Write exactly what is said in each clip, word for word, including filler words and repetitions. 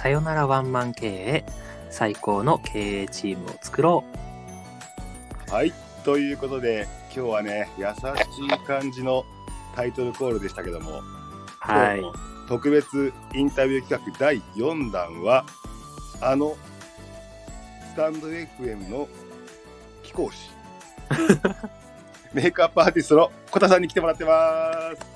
さよならワンマン経営、最高の経営チームを作ろう。はい、ということで今日はね、優しい感じのタイトルコールでしたけども、 はい、 特別インタビュー企画だいよんだんはあのスタンド エフエム の貴公子メイクアップアーティストのコタさんに来てもらってます。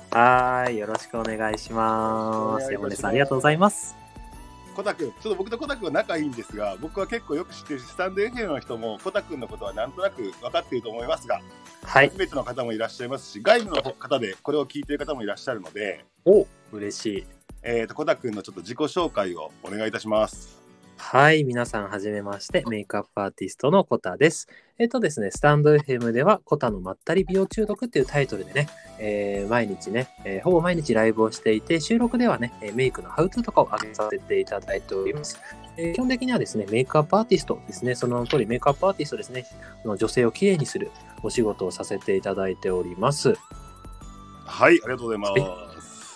はい、よろしくお願いします。山根さんありがとうございます。 コタ君、ちょっと僕とコタ君は仲いいんですが、僕は結構よく知ってるし、スタンド エフエム の人もコタ君のことはなんとなく分かっていると思いますが、はい、初めての方もいらっしゃいますし、外部の方でこれを聞いている方もいらっしゃるので、 お、嬉しい。 えーと、コタ君のちょっと自己紹介をお願いいたします。 はい、皆さんはじめまして、メイクアップアーティストのコタです。えっとですね、スタンド エフエム ではコタのまったり美容中毒っていうタイトルでね、えー、毎日ね、えー、ほぼ毎日ライブをしていて、収録ではね、メイクのハウトゥーとかを上げさせていただいております。えー、基本的にはですね、メイクアップアーティストですね、その通りメイクアップアーティストですね、女性をきれいにするお仕事をさせていただいております。 はい、ありがとうございます。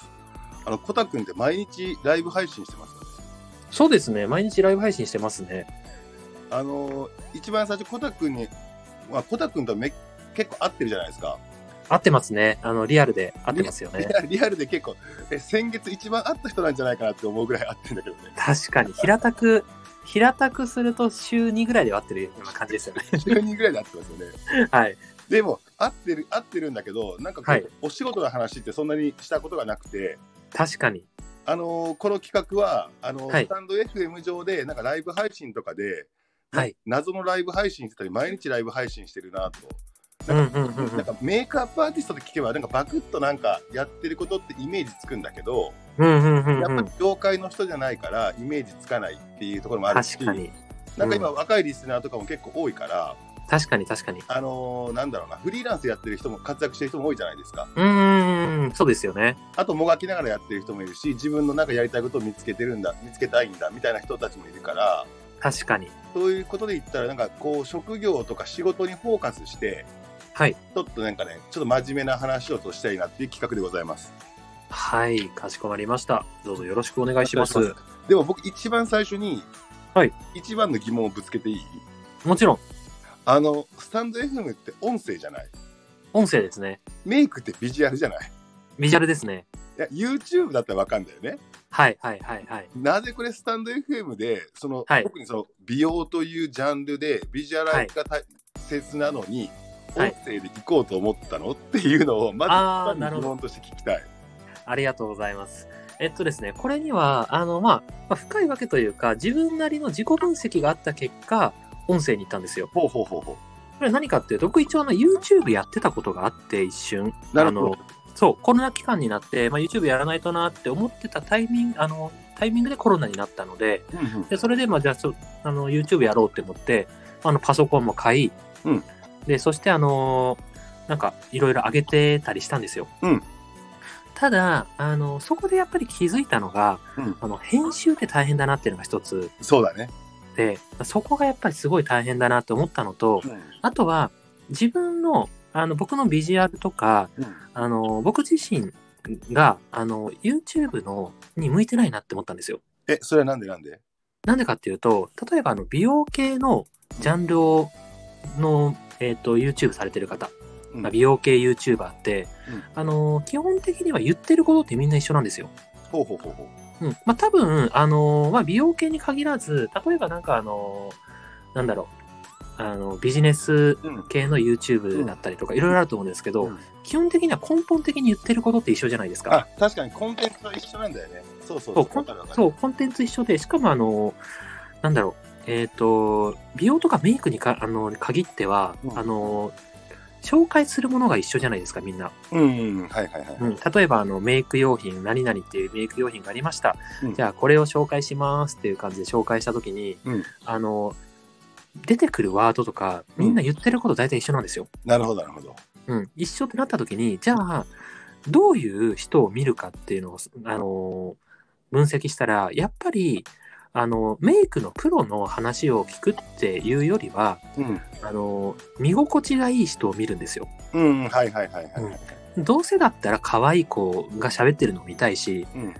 あの、コタ君って毎日ライブ配信してますか？ そうですね、毎日ライブ配信してますね。 あの一番最初コタ君に、まあ、コタ君とめ結構合ってるじゃないですか。 合ってますね。あのリアルで合ってますよね。 リ, リアルで結構え先月一番合った人なんじゃないかなって思うぐらい合ってるんだけどね。 確かに平たく平たくすると週にぐらいで合ってるような感じですよね。 週にぐらいで合ってますよね。 はい。 でも合ってる合ってるんだけど、なんかこう、はい、お仕事の話ってそんなにしたことがなくて。 確かに。 あのー、この企画はあのーはい、スタンド エフエム 上でなんかライブ配信とかで、はい、謎のライブ配信してたり毎日ライブ配信してるなと。なんか、うんうんうんうん、なんかメイクアップアーティストで聞けばなんかバクッとなんかやってることってイメージつくんだけど、うんうんうんうん、やっぱり業界の人じゃないからイメージつかないっていうところもあるし、 確かに、 なんか今、うん、若いリスナーとかも結構多いから。 確かに確かに。 あのー、なんだろうな、フリーランスやってる人も活躍してる人も多いじゃないですか。 うーん、そうですよね。 あともがきながらやってる人もいるし、自分のなんかやりたいことを見つけてるんだ、見つけたいんだみたいな人たちもいるから。 確かに。 そういうことで言ったらなんかこう職業とか仕事にフォーカスして、 はい、 ちょっとなんかね、ちょっと真面目な話をとしたいなっていう企画でございます。 はい、かしこまりました。どうぞよろしくお願いします。 でも僕一番最初に、はい、一番の疑問をぶつけていい？ もちろん。 あのスタンド エフエム って音声じゃない？ 音声ですね。 メイクってビジュアルじゃない？ ビジュアルですね。 いや YouTube だったらわかんだよね。 はいはいはいはい。 なぜこれスタンド エフエム でその、はい、特にその美容というジャンルでビジュアライズが大切なのに、はい、音声で行こうと思ったのっていうのをまず疑問として聞きたい。 ありがとうございます。えっとですね、これにはあの、まあ、まあ深いわけというか自分なりの自己分析があった結果音声に行ったんですよ。 ほうほうほうほう。 これ何かっていうと、僕一応の YouTube やってたことがあって一瞬。 なるほど。 あのそうコロナ期間になって、まあ、YouTube やらないとなって思ってたタイミングあのタイミングでコロナになったので、うんうん、でそれでまあじゃあそあの YouTube やろうって思ってあのパソコンも買い、うん、でそしてあのなんかいろいろ上げてたりしたんですよ。うん、ただあのそこでやっぱり気づいたのが、うん、あの編集って大変だなっていうのが一つ。 そうだね。 でそこがやっぱりすごい大変だなって思ったのと、うん、あとは自分のあの僕のビジュアルとか、うん、あの僕自身があの YouTube のに向いてないなって思ったんですよ。 え、それはなんでなんで？ なんでかっていうと、例えばあの美容系のジャンルをの、えーと、YouTube されてる方、うんまあ、美容系 YouTuber って、うん、あの基本的には言ってることってみんな一緒なんですよ。 ほうほうほうほう。うん、まあ多分あの、まあ、美容系に限らず、例えばなんかあのなんだろう。あのビジネス系の YouTube だったりとかいろいろあると思うんですけど、うん、基本的には根本的に言ってることって一緒じゃないですか。 あ、確かにコンテンツは一緒なんだよね。そうそうそうそうそうコンテンツ一緒で、しかもあのなんだろうえっ、ー、と美容とかメイクにかあの限っては、うん、あの紹介するものが一緒じゃないですかみんな。 うん、うん、はいはいはい、うん。 例えばあのメイク用品何々っていうメイク用品がありました。うん、じゃあこれを紹介しますっていう感じで紹介したときに、うん、あの出てくるワードとかみんな言ってること大体一緒なんですよ。 うん、なるほどなるほど。 うん、一緒ってなった時にじゃあどういう人を見るかっていうのを、あのー、分析したらやっぱりあのメイクのプロの話を聞くっていうよりは、うん、あの見心地がいい人を見るんですよ。 うん、はいはいはいはい、 うん。どうせだったら可愛い子が喋ってるのを見たいし、うん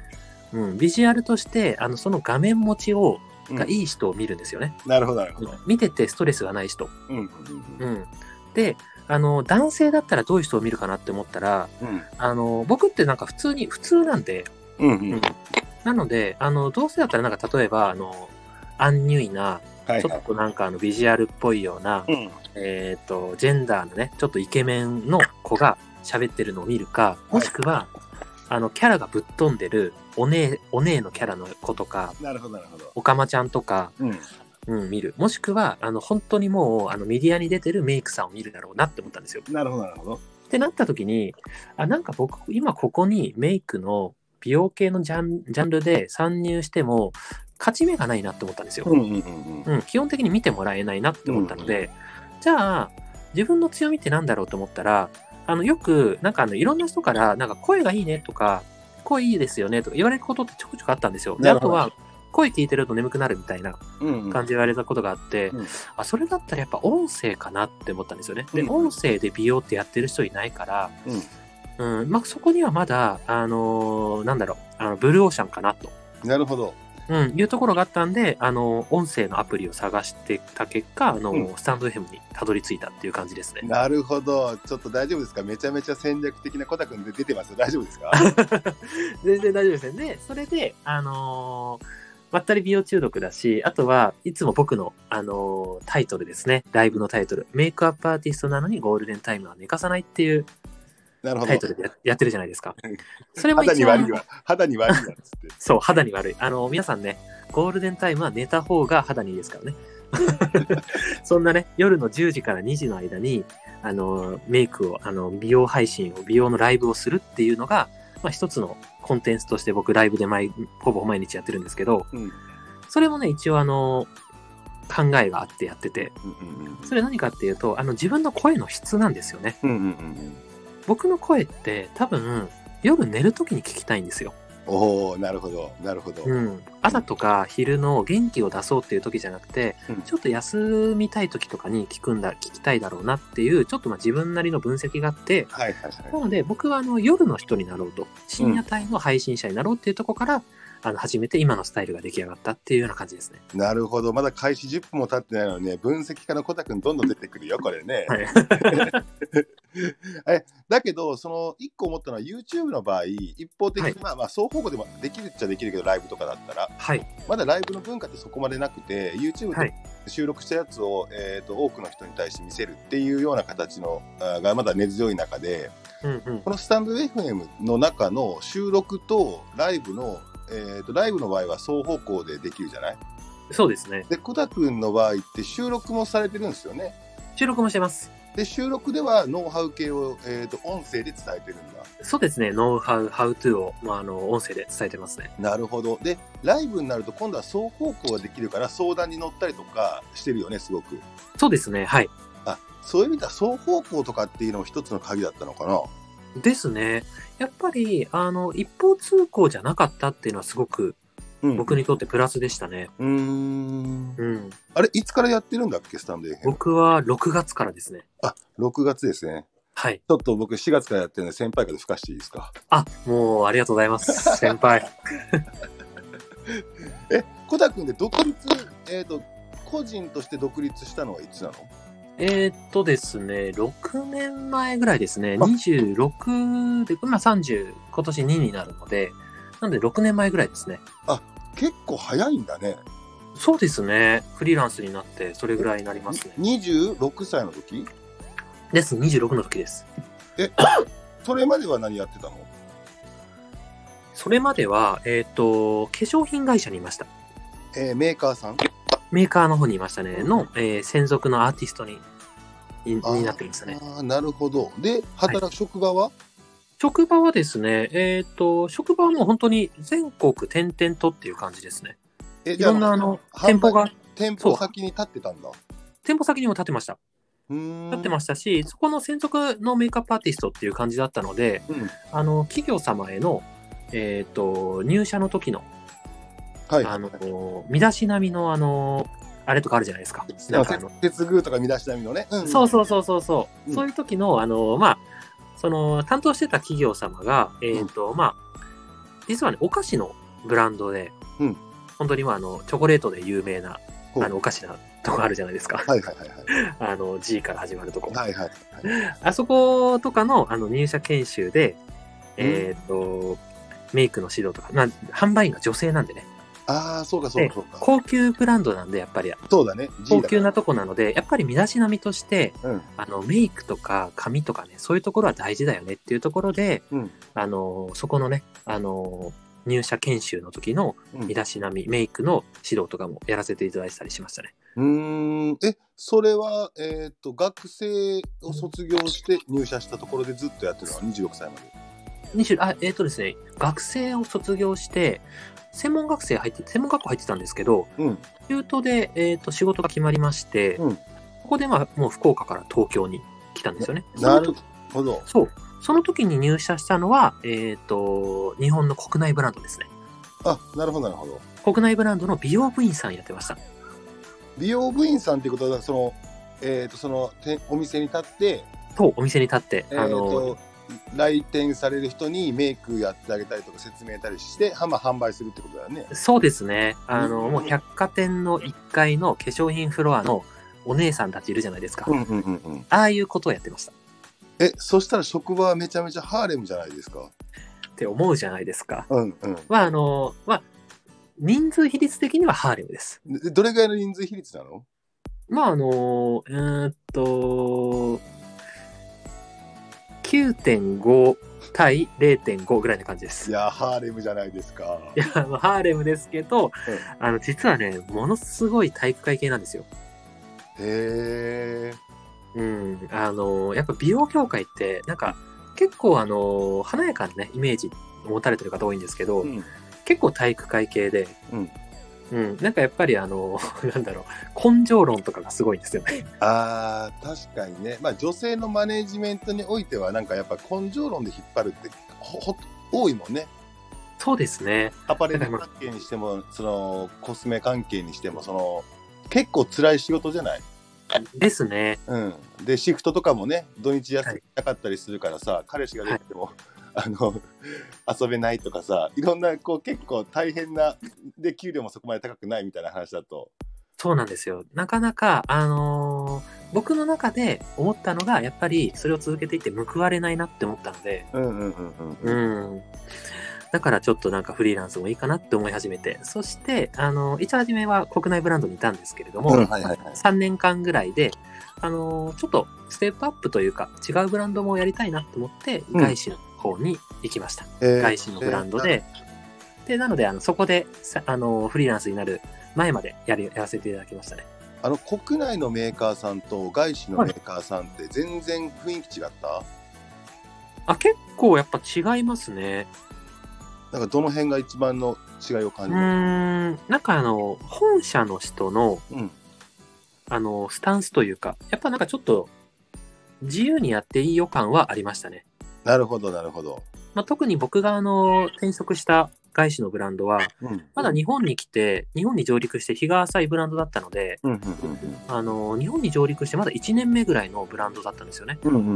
うん、ビジュアルとしてあのその画面持ちをがいい人を見るんですよね。 うん、なるほどなるほど。 見ててストレスがない人。 うんうんうんうん、であの男性だったらどういう人を見るかなって思ったら、うん、あの僕ってなんか普通に普通なんで、うんうんうん、なのであのどうせだったらなんか例えばあのアンニュイな、はいはい、ちょっとなんかあのビジュアルっぽいような、うん、えっとジェンダーのねちょっとイケメンの子が喋ってるのを見るか、もしくは、はい、あのキャラがぶっ飛んでるお姉お姉のキャラの子とか、 なるほどなるほど、 おかまちゃんとか、うんうん、見る。もしくは、あの、本当にもう、あの、メディアに出てるメイクさんを見るだろうなって思ったんですよ。 なるほど、なるほど。 ってなった時に、あ、なんか僕、今ここにメイクの美容系のジャン、ジャンルで参入しても、勝ち目がないなって思ったんですよ。うんうんうんうん。基本的に見てもらえないなって思ったので、うんうん、じゃあ、自分の強みってなんだろうと思ったら、あの、よく、なんかあの、いろんな人から、なんか声がいいねとか、声いいですよねとか言われることってちょくちょくあったんですよ。で、あとは、声聞いてると眠くなるみたいな感じで言われたことがあって、うんうん、あ、それだったらやっぱ音声かなって思ったんですよね。で、うん、音声で美容ってやってる人いないから、うんうん、まあ、そこにはまだ、あのー、なんだろう、あのブルーオーシャンかなと。 なるほど。 うん、いうところがあったんで、あのー、音声のアプリを探してた結果、あのーうん、スタンド エフエム にたどり着いたっていう感じですね。 なるほど。ちょっと大丈夫ですか？めちゃめちゃ戦略的なコタ君で出てますよ。大丈夫ですか？ 全然大丈夫ですね。で、それで、あのーまったり美容中毒だし、あとはいつも僕の、あのー、タイトルですね。ライブのタイトル。メイクアップアーティストなのにゴールデンタイムは寝かさないっていうタイトルで や, やってるじゃないですか。それも肌に悪いわ。肌に悪いわっつって。 そう、肌に悪い。あの、皆さんね、ゴールデンタイムは寝た方が肌にいいですからね。そんなね、夜のじゅうじからにじの間に、あの、メイクを、あの、美容配信を、美容のライブをするっていうのが、まあ一つのコンテンツとして僕ライブで毎ほぼ毎日やってるんですけど、うん、それもね一応あの考えがあってやってて、うんうんうん、それ何かっていうとあの自分の声の質なんですよね、うんうんうん、僕の声って多分夜寝る時に聞きたいんですよ。 おー、なるほどなるほど、 うん、朝とか昼の元気を出そうっていう時じゃなくて、うん、ちょっと休みたい時とかに聞くんだ聞きたいだろうなっていうちょっとまあ自分なりの分析があって、はいはいはい、なので僕はあの夜の人になろうと深夜帯の配信者になろうっていうところから、うんあの始めて今のスタイルが出来上がったっていうような感じですね。 なるほど。まだ開始じゅっぷんも経ってないのにね、分析家のコタ君どんどん出てくるよこれね。はい、えだけどそのいっこ思ったのは YouTube の場合一方的に、はい、まあまあ双方向でもできるっちゃできるけどライブとかだったら、はい、まだライブの文化ってそこまでなくて YouTube で収録したやつを、えー、と多くの人に対して見せるっていうような形のがまだ根強い中で、うんうん、このスタンド エフエム の中の収録とライブのえー、とライブの場合は双方向でできるじゃない？ そうですね。 でコタ君の場合って収録もされてるんですよね。 収録もしてます。 で収録ではノウハウ系を、えー、と音声で伝えてるんだ。 そうですね。ノウハウハウトゥーを、まあ、あの音声で伝えてますね。 なるほど。でライブになると今度は双方向ができるから相談に乗ったりとかしてるよねすごく。 そうですね。はい。 あそういう意味では双方向とかっていうのも一つの鍵だったのかな。 ですね。やっぱりあの一方通行じゃなかったっていうのはすごく僕にとってプラスでしたね。うん。 うん。あれいつからやってるんだっけスタンド エフエム？ 僕はろくがつからですね。 あ、ろくがつですね。はい。ちょっと僕しがつからやってるので先輩から吹かしていいですか？ あ、もうありがとうございます先輩。 え、コタ君で独立えっ、ー、と個人として独立したのはいつなの？ えー、っとですね、ろくねんまえぐらいですね。にじゅうろくで、今さんじゅう、今年にになるので、なのでろくねんまえぐらいですね。 あ、結構早いんだね。 そうですね。フリーランスになってそれぐらいになりますね。 にじゅうろくさいの時？ です、にじゅうろくの時です。 え、それまでは何やってたの？ それまでは、えー、っと、化粧品会社にいました。 えー、メーカーさん？ メーカーの方にいましたね。の、えー、専属のアーティストにになってましたね。 ああ、なるほど。で、働く職場は、はい、 職場はですね、えっ、ー、と、職場はもう本当に全国転々とっていう感じですね。え、いろんなあの、店舗が。 店舗先に立ってたんだ。 店舗先にも立ってました。立ってましたし、そこの専属のメイクアップアーティストっていう感じだったので、うん、あの、企業様への、えっ、ー、と、入社の時の、はい、あの、身だしなみのあの、あれとかあるじゃないですか。なんかあの接遇とか身だしなみのね。 うんうん、そうそうそうそうそう、うん。そういう時の、あの、まあ、その、担当してた企業様が、えっ、ー、と、うん、まあ、実はね、お菓子のブランドで、うん、本当にまああのチョコレートで有名なあのお菓子なとこあるじゃないですか。 はいはいはいはい。 あの G から始まるとこ。 はいはいはい。 あそことかのあの入社研修で、えっ、ー、と、うん、メイクの指導とか、まあ販売員が女性なんでね。 ああ、そうかそうかそうか。 高級ブランドなんでやっぱり。 そうだね。 高級なとこなので、やっぱり身だしなみとして、うん、あのメイクとか髪とかね、そういうところは大事だよねっていうところで、うん、あのそこのね、あの入社研修の時の身だしなみ、うん、メイクの指導とかもやらせていただいたりしましたね。 うーん、え、それは、えっと、学生を卒業して入社したところでずっとやってるのはにじゅうろくさいまで。 にじゅう、あ、えっとですね、学生を卒業して、専門学生入って、専門学校入ってたんですけど、うん、中途で、えっと、仕事が決まりまして、うん、ここでまあ、もう福岡から東京に来たんですよね。 なるほど。 そう。その時に入社したのは、えっと、日本の国内ブランドですね。 あ、なるほど、なるほど。 国内ブランドの美容部員さんやってました。 美容部員さんっていうことは、その、えっと、その、お店に立って、 そう、お店に立って、 えー、あの、来店される人にメイクやってあげたりとか説明したりして、販売するってことだよね。 そうですね。あの、うん、もう百貨店のいっかいの化粧品フロアのお姉さんたちいるじゃないですか。うんうんうんうん、ああいうことをやってました。 え、そしたら職場はめちゃめちゃハーレムじゃないですか。 って思うじゃないですか。 うんうん。 まあ、あの、まあ、人数比率的にはハーレムです。 どれぐらいの人数比率なの？ まあ、あの、うーんと、きゅうてんご 対 れいてんご ぐらいな感じです。 いや、ハーレムじゃないですか。 いや、ハーレムですけど、うん、あの、実はね、ものすごい体育会系なんですよ。 へー。うん。あの、やっぱ美容協会って、なんか、結構あの、華やかなね、イメージ持たれてる方多いんですけど、うん、結構体育会系で、うんうん、なんかやっぱりあの、なんだろう、根性論とかがすごいんですよね。 ああ、確かにね。まあ女性のマネジメントにおいては、なんかやっぱ根性論で引っ張るってほほ多いもんね。 そうですね。 アパレル関係にしても、そのコスメ関係にしても、その結構辛い仕事じゃない？ ですね。 うん。で、シフトとかもね、土日休みなかったりするからさ、はい、彼氏ができても、はいあの遊べないとかさ、いろんなこう結構大変なで給料もそこまで高くないみたいな話だと。 そうなんですよ。なかなかあのー、僕の中で思ったのがやっぱりそれを続けていって報われないなって思ったので、うんうんうんうん、うん、だからちょっとなんかフリーランスもいいかなって思い始めて、そしてあのー、一初めは国内ブランドにいたんですけれども、うんはいはいはい、さんねんかんぐらいであのー、ちょっとステップアップというか違うブランドもやりたいなと思って外資の方に行きました。えー、外資のブランドで、えー、でなのであのそこであのフリーランスになる前までやりやらせていただきましたね。 あの国内のメーカーさんと外資のメーカーさんって全然雰囲気違った？はい、 あ結構やっぱ違いますね。 なんかどの辺が一番の違いを感じる？うーんなんかあの本社の人の、うん、あのスタンスというかやっぱなんかちょっと自由にやっていい予感はありましたね。 なるほどなるほど。 まあ、特に僕があの転職した外資のブランドは、うん、まだ日本に来て日本に上陸して日が浅いブランドだったので、うんうんうんうん、あの日本に上陸してまだいちねんめぐらいのブランドだったんですよね、うんうんうん、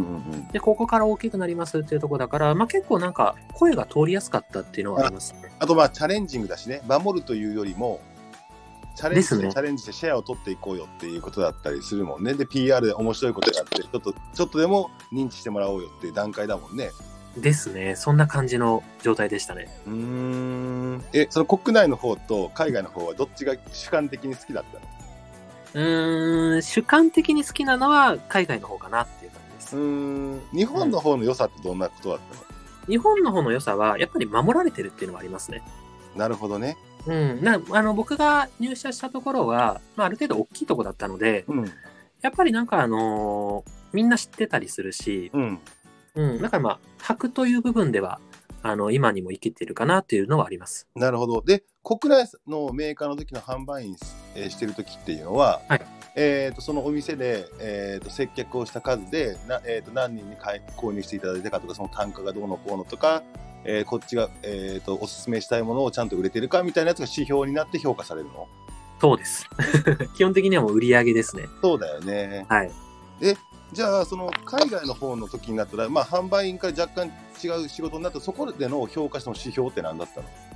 でここから大きくなりますっていうところだから、まあ、結構なんか声が通りやすかったっていうのはありますね。 あ, あとまあチャレンジングだしね、守るというよりもチャレンジして、ね、チャレンジしてシェアを取っていこうよっていうことだったりするもんね。で ピーアール で面白いことやってちょっとちょっとでも認知してもらおうよっていう段階だもんね。 ですね。そんな感じの状態でしたね。 うーん。え、その国内の方と海外の方はどっちが主観的に好きだったの？ うーん、主観的に好きなのは海外の方かなっていう感じです。 うーん。日本の方の良さってどんなことだったの？ うん、日本の方の良さはやっぱり守られてるっていうのはありますね。 なるほどね。 うん。なあの僕が入社したところは、まあ、ある程度大きいところだったので、うん、やっぱりなんかあのー、みんな知ってたりするし、うんうん、だからまあ箔という部分ではあの今にも生きているかなっていうのはあります。 なるほど。で国内のメーカーの時の販売員、えー、してる時っていうのは、はいえー、とそのお店で、えー、と接客をした数でな、えー、と何人に買い購入していただいたかとか、その単価がどうのこうのとか、えー、こっちが、えー、とおすすめしたいものをちゃんと売れてるかみたいなやつが指標になって評価されるの？ そうです基本的にはもう売り上げですね。 そうだよね。はい。でじゃあその海外の方の時になったら、まあ、販売員から若干違う仕事になったらそこでの評価したの指標って何だったの？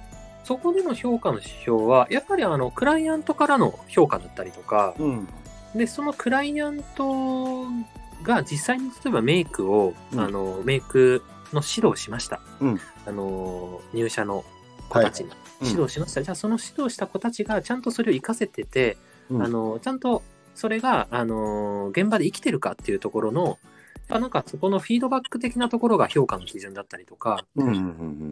そこでの評価の指標は、やっぱりあの、クライアントからの評価だったりとか、うん、で、そのクライアントが実際に例えばメイクを、うん、あの、メイクの指導をしました。うん、あの、入社の子たちに指導しました。はい、じゃあ、その指導した子たちがちゃんとそれを活かせてて、うん、あの、ちゃんとそれが、あの、現場で生きてるかっていうところの、なんかそこのフィードバック的なところが評価の基準だったりとか、うんうんうん、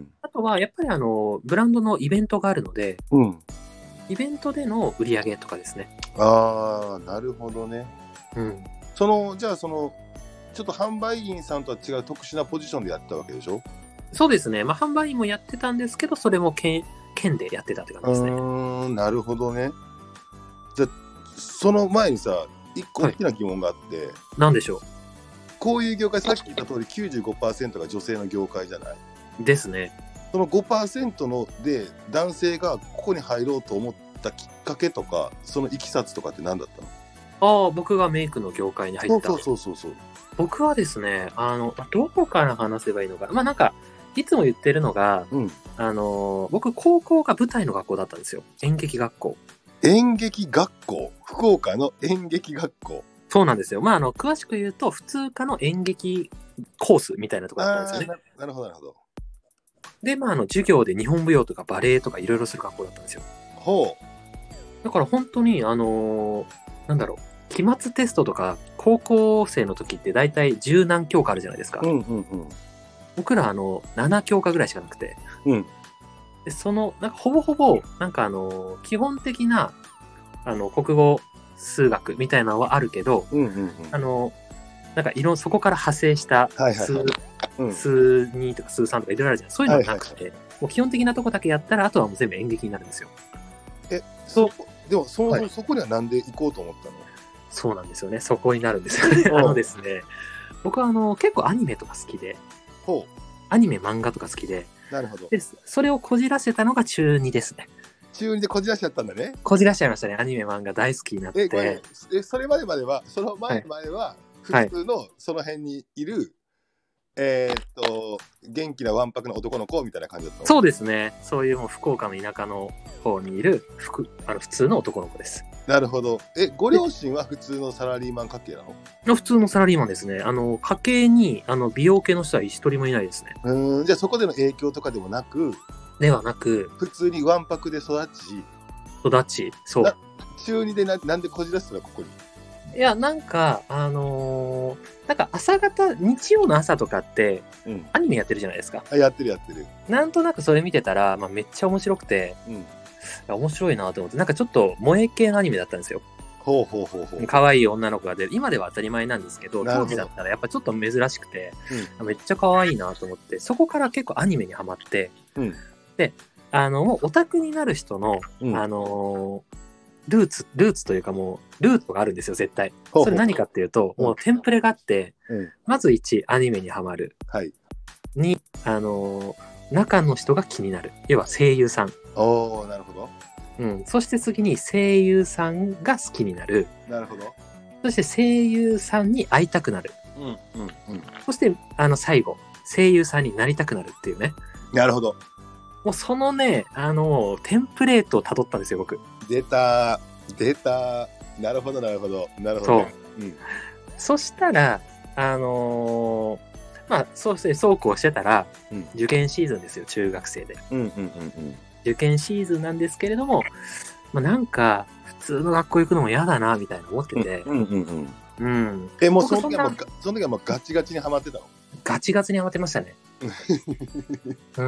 あとはやっぱりあのブランドのイベントがあるので、うん、イベントでの売り上げとかですね。 ああ、なるほどね。うん。そのじゃあそのちょっと販売員さんとは違う特殊なポジションでやったわけでしょ？ そうですね。まあ販売員もやってたんですけど、それも県県でやってたって感じですね。うーん、なるほどね。じゃあその前にさ、一個大きな疑問があって、はい、 何でしょう？ こういう業界、さっき言った通り きゅうじゅうごパーセント が女性の業界じゃないですね。 その ごパーセント ので男性がここに入ろうと思ったきっかけとか、そのいきさつとかって何だったの？ああ、僕がメイクの業界に入った。 そうそうそうそう。 僕はですね、あの、どこから話せばいいのかな。まあなんか、いつも言ってるのが、うん、あの、僕、高校が舞台の学校だったんですよ。演劇学校。 演劇学校？福岡の演劇学校？ そうなんですよ。まあ、あの、詳しく言うと、普通科の演劇コースみたいなところだったんですよね。 なるほど、なるほど。 で、まあ、あの、授業で日本舞踊とかバレエとかいろいろする学校だったんですよ。 ほう。だから本当に、あのー、なんだろう、期末テストとか、高校生の時って大体十何教科あるじゃないですか。うんうんうん。僕ら、あの、なな教科ぐらいしかなくて。うん。で、その、なんかほぼほぼ、なんかあの、基本的な、あの、国語、数学みたいなのはあるけど、うんうんうん、あの、なんかいろんそこから派生した数、はいはいはいうん、数にとか数さんとかいろいろあるじゃん。そういうのがなくて、はいはいはい、もう基本的なとこだけやったら、あとはもう全部演劇になるんですよ。 え、そう、でもそ、はい、そこにはなんで行こうと思ったの？ そうなんですよね。そこになるんですよね。あのですね、僕はあの、結構アニメとか好きで、ほうアニメ漫画とか好きで、 なるほど。 で、それをこじらせたのが中にですね。 中にでこじらしちゃったんだね。 こじらしちゃいましたね。アニメ漫画大好きになって。 え、えそれまでまでは、その前までは、普通のその辺にいる、はい、えー、っと、元気なわんぱくな男の子みたいな感じだったの？ そうですね。そういうもう福岡の田舎の方にいるふあの普通の男の子です。 なるほど。え、ご両親は普通のサラリーマン家系なの？ 普通のサラリーマンですね。あの、家系にあの美容系の人は一人もいないですね。 うん、じゃあそこでの影響とかでもなく、 ではなく、 普通にわんぱくで育ち、 育ち、そう。 中にで な, なんでこじらせたのここに？ いや、なんか、あのー、なんか朝方、日曜の朝とかって、うん、アニメやってるじゃないですか。 やってるやってる。 なんとなくそれ見てたら、まあ、めっちゃ面白くて、うん、いや面白いなと思って、なんかちょっと萌え系のアニメだったんですよ。 ほうほうほうほう。 可愛い女の子が出る。今では当たり前なんですけど、当時だったらやっぱちょっと珍しくて、うん、めっちゃ可愛いなと思って、そこから結構アニメにハマって、うん、で、あの、もうオタクになる人の、うん、あのー、ルーツ、ルーツというかもう、ルートがあるんですよ、絶対。それ何かっていうと、もうテンプレがあって、うん、まずいち、アニメにハマる。はい。に、あのー、中の人が気になる。要は声優さん。 おー、なるほど。 うん。そして次に声優さんが好きになる。 なるほど。 そして声優さんに会いたくなる。うん、うん、うん。そして、あの、最後、声優さんになりたくなるっていうね。 なるほど。 もうそのね、あの、テンプレートを辿ったんですよ、僕。 出た出たなるほど、なるほど。なるほど。 そう。うん、そしたら、あのー、まあ、そうしてそうこうしてたら、うん、受験シーズンですよ、中学生で。うんうんうんうん。受験シーズンなんですけれども、まあ、なんか、普通の学校行くのも嫌だな、みたいな思ってて。うんうんうん。うん。 え、もうその時はもう、その時はもうガチガチにハマってたの？ ガチガチにハマってましたね。うん。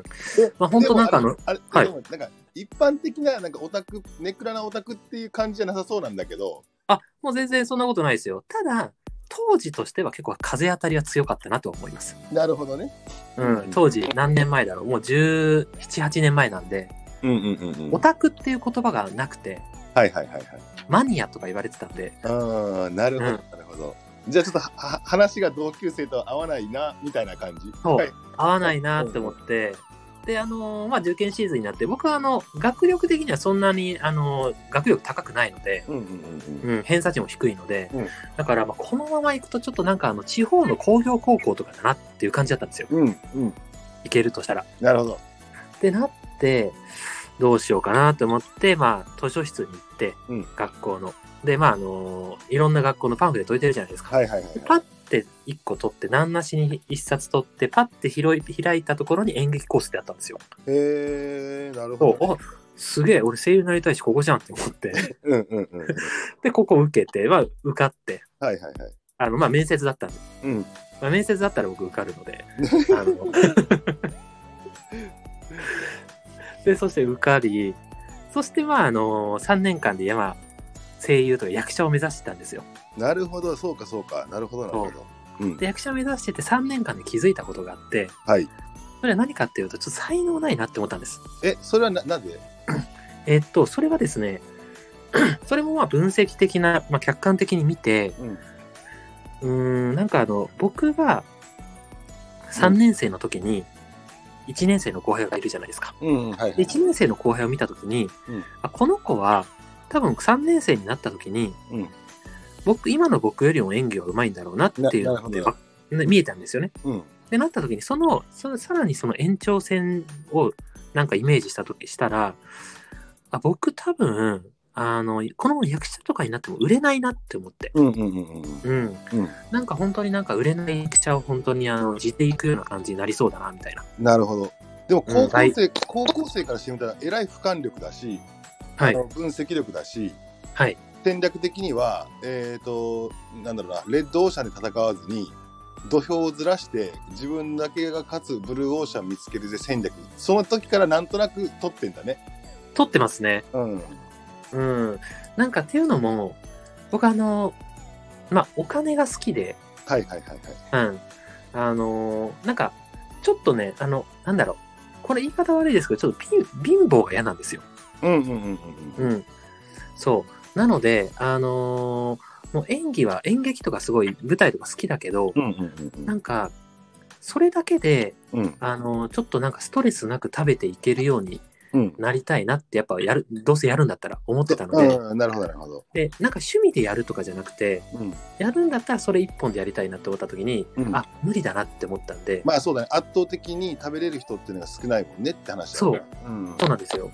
まあ本当なんかあの、 あれ、あれはい、なんか一般的ななんかオタク、ネクラなオタクっていう感じじゃなさそうなんだけど。 あ、もう全然そんなことないですよ。ただ、当時としては結構風当たりは強かったなと思います。 なるほどね。 うん。当時何年前だろう。もうじゅうなな、はちねんまえなんで、うんうんうんうん、オタクっていう言葉がなくて、 はいはいはいはい。 マニアとか言われてたんで。 ああ、なるほど、うん、なるほど。じゃあちょっとは話が同級生と合わないなみたいな感じ。 そう、はい、合わないなって思って、であのー、まあ受験シーズンになって、僕はあの学力的にはそんなにあの学力高くないので、うんうんうんうん、偏差値も低いので、うん、だからまあこのまま行くとちょっとなんかあの地方の工業高校とかだなっていう感じだったんですよ。うんうん、行けるとしたら。 なるほど。 ってなって、どうしようかなと思って、まあ、図書室に行って、うん、学校の。で、まあ、あのー、いろんな学校のパンフレット置いてるじゃないですか。 はいはいはい、はい。 パッていっこ取って、何なしにいっさつ取って、パッて広い開いたところに演劇コースってあったんですよ。 へー、なるほど、ね。 すげえ、俺声優になりたいし、ここじゃんって思って。 うんうんうん。 で、ここ受けて、まあ、受かって。 はいはいはい。 あの、まあ、面接だったんで。 うん。 まあ、面接だったら僕受かるので。あので、そして受かり、そしてまあ、あのー、さんねんかんで、まあ、声優とか役者を目指してたんですよ。 なるほど、そうかそうか。なるほどなるほど。 うん、で、役者を目指しててさんねんかんで気づいたことがあって、 はい。 それは何かっていうと、ちょっと才能ないなって思ったんです。 え、それはな、なぜえっと、それはですね、それもまあ分析的な、まあ、客観的に見て、うん、うーん、なんかあの、僕がさんねん生の時に、いちねん生の後輩がいるじゃないですか。 うんはいはい、 いちねん生の後輩を見た時に、うん、あこの子は多分さんねん生になった時に、うん、僕今の僕よりも演技は上手いんだろうなっていうのが見えたんですよね。うん、でなった時にそのそのさらにその延長線をなんかイメージした時したら、あ僕多分あのこの役者とかになっても売れないなって思って、うんうんうんうんうん、なんか本当になんか売れない役者を本当にあのじていくような感じになりそうだなみたいな。 なるほど。でも高校生、うん、高校生からしてみたらえらい俯瞰力だし、はい、あの分析力だし、はい、戦略的にはえっ、ー、となんだろうな、レッドオーシャンで戦わずに土俵をずらして自分だけが勝つブルーオーシャン見つけるぜ戦略、その時からなんとなく取ってんだね。 取ってますね。うんうん、なんかっていうのも僕あのまあお金が好きで、 はいはいはいはい、 うん、あのなんかちょっとねあのなんだろうこれ言い方悪いですけどちょっと貧乏が嫌なんですよ。うんうんうんうんうん。そうなのであのー、もう演技は演劇とかすごい舞台とか好きだけど、うんうんうんうん、なんかそれだけで、うん、あのー、ちょっとなんかストレスなく食べていけるように。うん、なりたいなってやっぱやるどうせやるんだったら思ってたので、 うん、なるほどなるほど。 でなんか趣味でやるとかじゃなくて、うん、やるんだったらそれ一本でやりたいなって思った時に、うん、あ無理だなって思ったんで、 まあそうだね、圧倒的に食べれる人っていうのが少ないもんねって話だそう、うん、そうなんですよ。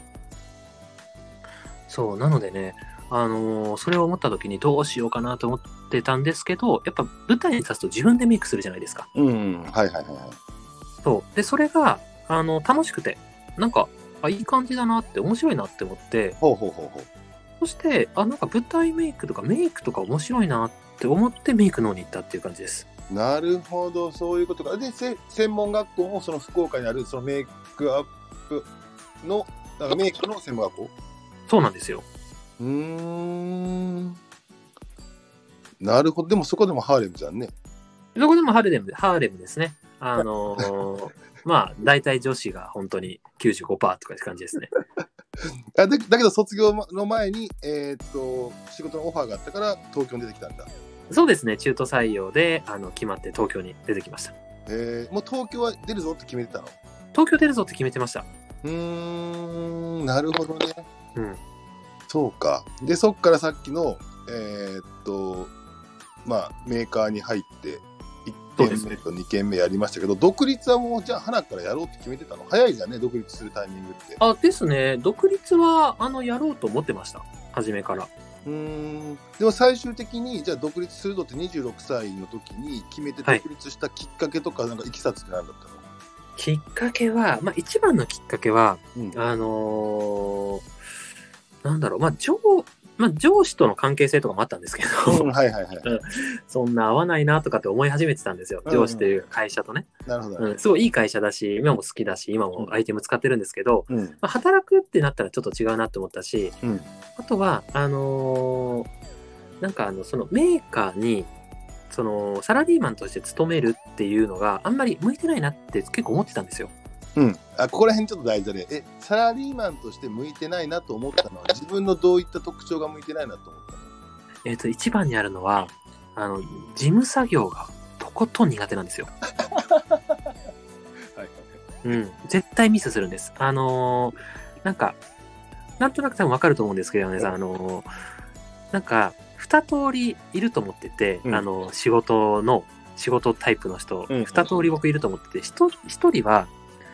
そうなのでね、あのー、それを思った時にどうしようかなと思ってたんですけど、やっぱ舞台に立つと自分でメイクするじゃないですか。 うん、うん、はいはいはいはい。 そうでそれがあの楽しくてなんかあいい感じだなって面白いなって思ってほうほうほうほうそしてあなんか舞台メイクとかメイクとか面白いなって思ってメイクの方に行ったっていう感じです。 なるほどそういうことか。で専門学校もその福岡にあるそのメイクアップのなんかメイクの専門学校。 そうなんですよ。 うーんなるほど。でもそこでもハーレムじゃんね。 そこでもハーレムハーレムですね。あのーまあ、大体女子が本当に きゅうじゅうごパーセント とかって感じですね。 だ, だけど卒業の前に、えー、っと仕事のオファーがあったから東京に出てきたんだ。 そうですね。中途採用であの決まって東京に出てきました。 えー、もう東京は出るぞって決めてたの？ 東京出るぞって決めてました。 うーんなるほどね。 うん。 そうか。でそっからさっきのえー、っとまあメーカーに入っていっけんめとにけんめやりましたけど、独立はもうじゃあ花からやろうって決めてたの？早いじゃんね、独立するタイミングって。 あですね。独立はあのやろうと思ってました。初めから。 うーんでも最終的にじゃあ独立するのってにじゅうろくさいの時に決めて独立したきっかけとか、はい、なんかいきさつって何だったの？ きっかけは、まあ一番のきっかけは、うん、あのー、なんだろう、まあ上まあ、上司との関係性とかもあったんですけど、うん、はいはいはい、そんな合わないなとかって思い始めてたんですよ、うんうん、上司という会社とね。なるほど、うん、すごいいい会社だし今も好きだし今もアイテム使ってるんですけど、うんまあ、働くってなったらちょっと違うなって思ったし、うん、あとはあのー、なんかあのそのメーカーにそのサラリーマンとして勤めるっていうのがあんまり向いてないなって結構思ってたんですよ。 うん、あここら辺ちょっと大事で、えサラリーマンとして向いてないなと思ったのは自分のどういった特徴が向いてないなと思ったの？ えっと一番にあるのはあの事務作業がとことん苦手なんですよ。はい、うん、絶対ミスするんです。あのー、なんかなんとなく多分わかると思うんですけどね、あのー、なんか二通りいると思ってて、うん、あの仕事の仕事タイプの人、うん、二通り僕いると思ってて、一人は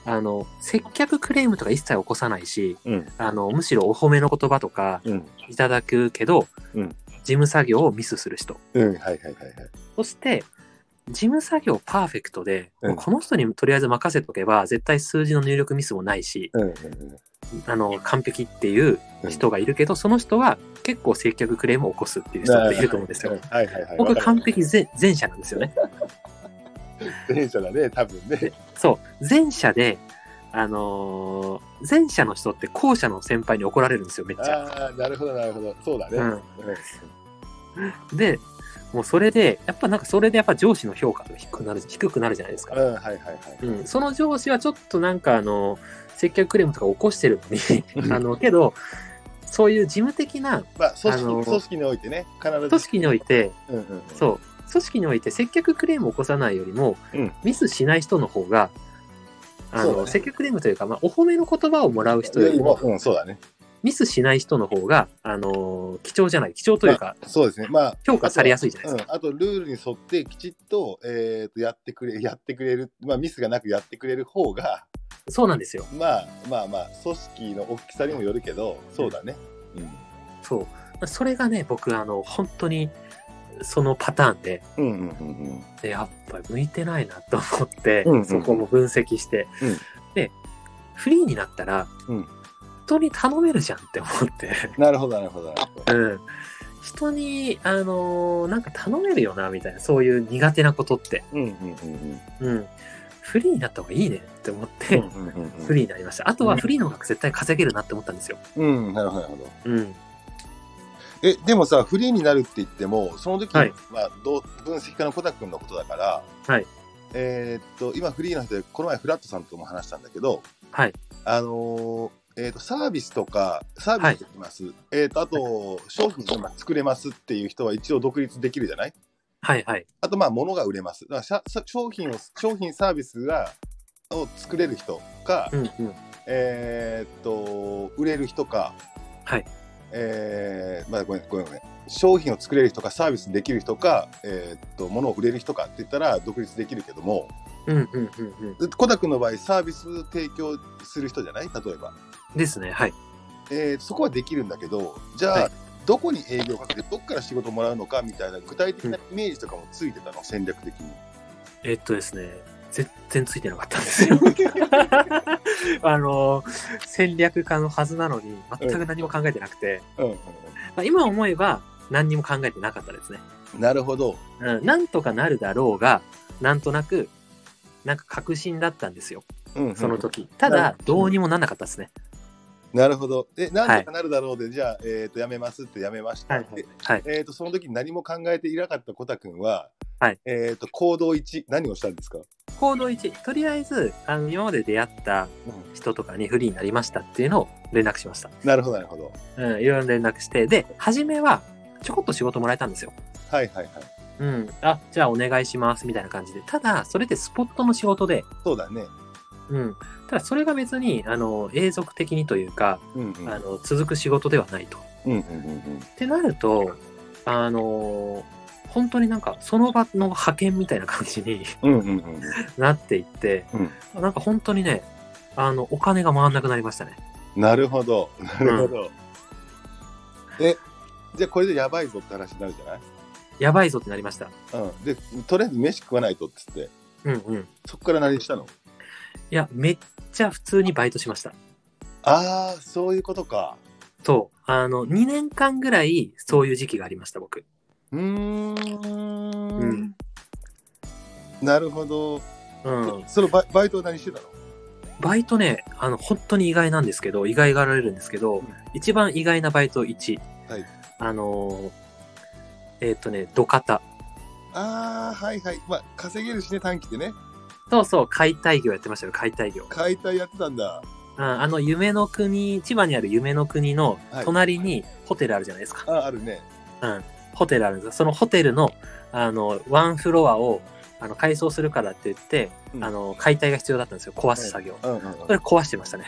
あの接客クレームとか一切起こさないし、 うん、 あのむしろお褒めの言葉とかいただくけど、うん、事務作業をミスする人、 うん、はいはいはいはい。 そして事務作業パーフェクトで、うん、この人にとりあえず任せとけば絶対数字の入力ミスもないし、うんうんうん、あの完璧っていう人がいるけど、うん、その人は結構接客クレームを起こすっていう人っていると思うんですよ。 はいはいはい、 僕完璧前前者なんですよね。 前者だね、多分ね。 そう前者で、あのー、前者の人って後者の先輩に怒られるんですよ、めっちゃ。 ああ、なるほどなるほど、そうだね。 うん、でもうそれでやっぱなんかそれでやっぱ上司の評価が低くなる低くなるじゃないですか。 うん、はいはいはい。 うん、その上司はちょっとなんかあの接客クレームとか起こしてるのにあのけどそういう事務的な、 まあ、組織、あの組織においてね、必ず組織において、 うんうんうん、 そう組織において接客クレームを起こさないよりも、うん、ミスしない人の方があの、ね、接客クレームというか、まあ、お褒めの言葉をもらう人よりも、 うん、そうだね。 ミスしない人の方が、あのー、貴重じゃない貴重というか、 まあ、そうですね、まあ、 評価されやすいじゃないですか。 あと、うん、あとルールに沿ってきちっと、えー、とやってくれやってくれる、まあ、ミスがなくやってくれる方がそうなんですよ。 まあまあまあ組織の大きさにもよるけど、そうだね、うん、 そうそれがね僕あの本当にそのパターンで、 うんうんうんうん、 でやっぱり向いてないなと思って、うんうんうん、そこも分析して、うん、でフリーになったら、うん人に頼めるじゃんって思ってなるほどなるほどなるほど、 うん、人にあのー、なんか頼めるよなみたいなそういう苦手なことって、うんうんうんうん、フリーになった方がいいねって思って、うんうんうんうん、フリーになりました。あとはフリーの方が絶対稼げるなって思ったんですよ。 うん、なるほどなるほど。うん、えでもさフリーになるって言ってもその時、はい、まあ、どう分析家の小田君のことだから、はい、えー、っと今フリーの人でこの前フラットさんとも話したんだけど、はい、あのーえー、とサービスとかサービスできます、はい、えー、とあと商品今作れますっていう人は一応独立できるじゃない。 はいはい。 あとまあ物が売れます。だから商品を商品サービスがを作れる人か、うんうん、えー、と売れる人か、はい、えー、まあごめんごめんごめん商品を作れる人かサービスできる人か、えー、と物を売れる人かって言ったら独立できるけども、うんうんうんうん、コダ君の場合サービス提供する人じゃない、例えばですね、はい。 えー、そこはできるんだけど、じゃあ、はい、どこに営業をかけてどこから仕事をもらうのかみたいな具体的なイメージとかもついてたの、うん、戦略的に。 えー、っとですね全然ついてなかったんですよあの戦略家のはずなのに全く何も考えてなくて、うんうんうんまあ、今思えば何にも考えてなかったですね。 なるほど、 うん、なんとかなるだろうがなんとなくなんか確信だったんですよ、うんうん、その時。ただどうにもなんなかったですね。 なるほど。え、なんとかなるだろうで、はい、じゃあ、えーと、やめますってやめました。はいはいはい、えーと、その時に何も考えていなかったコタ君は、はい、えーと、行動いち、何をしたんですか？ 行動いち、とりあえず、あの、今まで出会った人とかにフリーになりましたっていうのを連絡しました。 なるほど、なるほど。 うん、いろいろ連絡して、で、初めは、ちょこっと仕事もらえたんですよ。 はいはいはい。 うん。あ、じゃあお願いします、みたいな感じで。ただ、それってスポットの仕事で。 そうだね。 うん、ただそれが別にあの永続的にというか、うんうん、あの続く仕事ではないと。うんうんうんうん、ってなるとあの本当になんかその場の派遣みたいな感じにうんうん、うん、なっていって、うん、なんか本当にねあのお金が回んなくなりましたね。 なるほどなるほど、うん、えじゃあこれでやばいぞって話になるじゃない。 やばいぞってなりました、 うん、でとりあえず飯食わないとっつって、うんうん、そこから何したの？ いや、めっちゃ普通にバイトしました。 ああ、そういうことか。 そう。あの、にねんかんぐらいそういう時期がありました、僕。 うーん。うん、なるほど。うん。そのバイ、バイトは何してたの？ バイトね、あの、本当に意外なんですけど、意外がられるんですけど、うん、一番意外なバイトいち。はい。あのー、えっ、ー、とね、土方。 ああ、はいはい。まあ、稼げるしね、短期でね。 そうそう、解体業やってましたよ、解体業。 解体やってたんだ。 うん、あの、夢の国、千葉にある夢の国の隣にホテルあるじゃないですか。 はい、あ、あるね。 うん、ホテルあるんですよ。そのホテルの、あの、ワンフロアを、あの、改装するからって言って、うん、あの、解体が必要だったんですよ、壊す作業。うんうんうんうん、それ壊してましたね。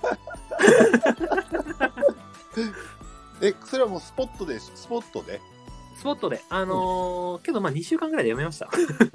え、それはもうスポットで、スポットでスポットで。あのーうん、けどまあにしゅうかんぐらいでやめました。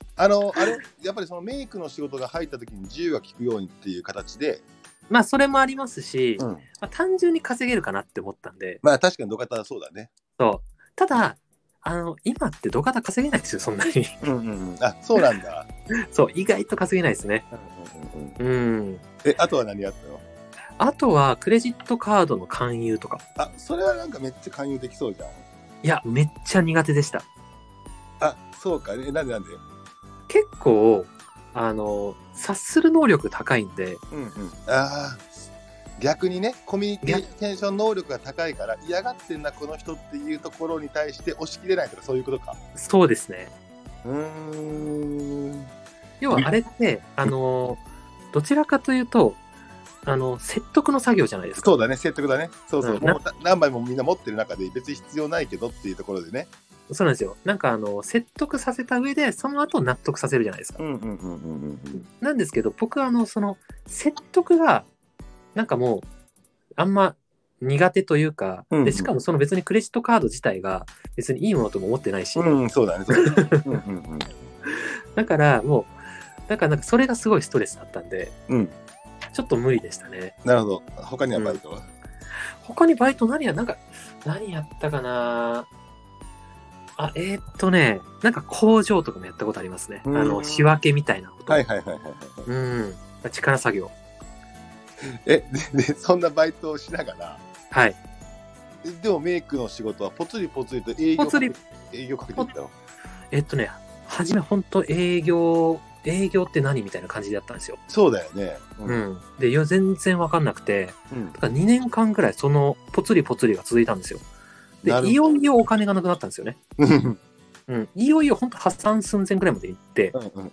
あの、あれ、やっぱりそのメイクの仕事が入った時に自由が利くようにっていう形で。 まあ、それもありますし、 うん、 まあ、単純に稼げるかなって思ったんで。 まあ、確かに土方はそうだね。 そう。ただ、あの、今って土方稼げないですよ、そんなに。 うんうんうん。あ、そうなんだ。 そう、意外と稼げないですね。うん、うんうん、 え、あとは何やったの？ あとは、クレジットカードの勧誘とか。 あ、それはなんかめっちゃ勧誘できそうじゃん。 いや、めっちゃ苦手でした。 あ、そうかね。なんでなんで？ 結構、あの、察する能力高いんで。 うんうん。ああ。逆にね、コミュニケーション能力が高いから嫌がってんなこの人っていうところに対して押し切れないとかそういうことか。 そうですね。 うーん。 要はあれってあのどちらかというとあの説得の作業じゃないですか。 そうだね、説得だね。そうそう。うん、もう何枚もみんな持ってる中で別に必要ないけどっていうところでね。 そうなんですよ。なんかあの説得させた上でその後納得させるじゃないですか。 うんうんうんうんうん。 なんですけど僕はあのその説得がなんかもうあんま苦手というか、うんうん、でしかもその別にクレジットカード自体が別にいいものとも思ってないし、 うん、そうだね、そうだね。うんうんうん、 だからもうだからなんかそれがすごいストレスだったんで、うん、ちょっと無理でしたね。 なるほど。他にはバイトは、うん、 他にバイト何やなんか何やったかなあ、えー、っとね、なんか工場とかもやったことありますね。あの仕分けみたいなこと。 はいはいはいはい、はい。 うん、力作業。 え、で、で、そんなバイトをしながら、 はい。 でもメイクの仕事はぽつりぽつりと営業かけ、営業かけていったの？ えっとね、初め本当営業、営業って何みたいな感じだったんですよ。 そうだよね。 うん。うん、で、いや、全然わかんなくて、うん、だからにねんかんぐらいそのぽつりぽつりが続いたんですよ。で、いよいよお金がなくなったんですよね。うん。いよいよ本当破産寸前ぐらいまで行って、うんうんうん、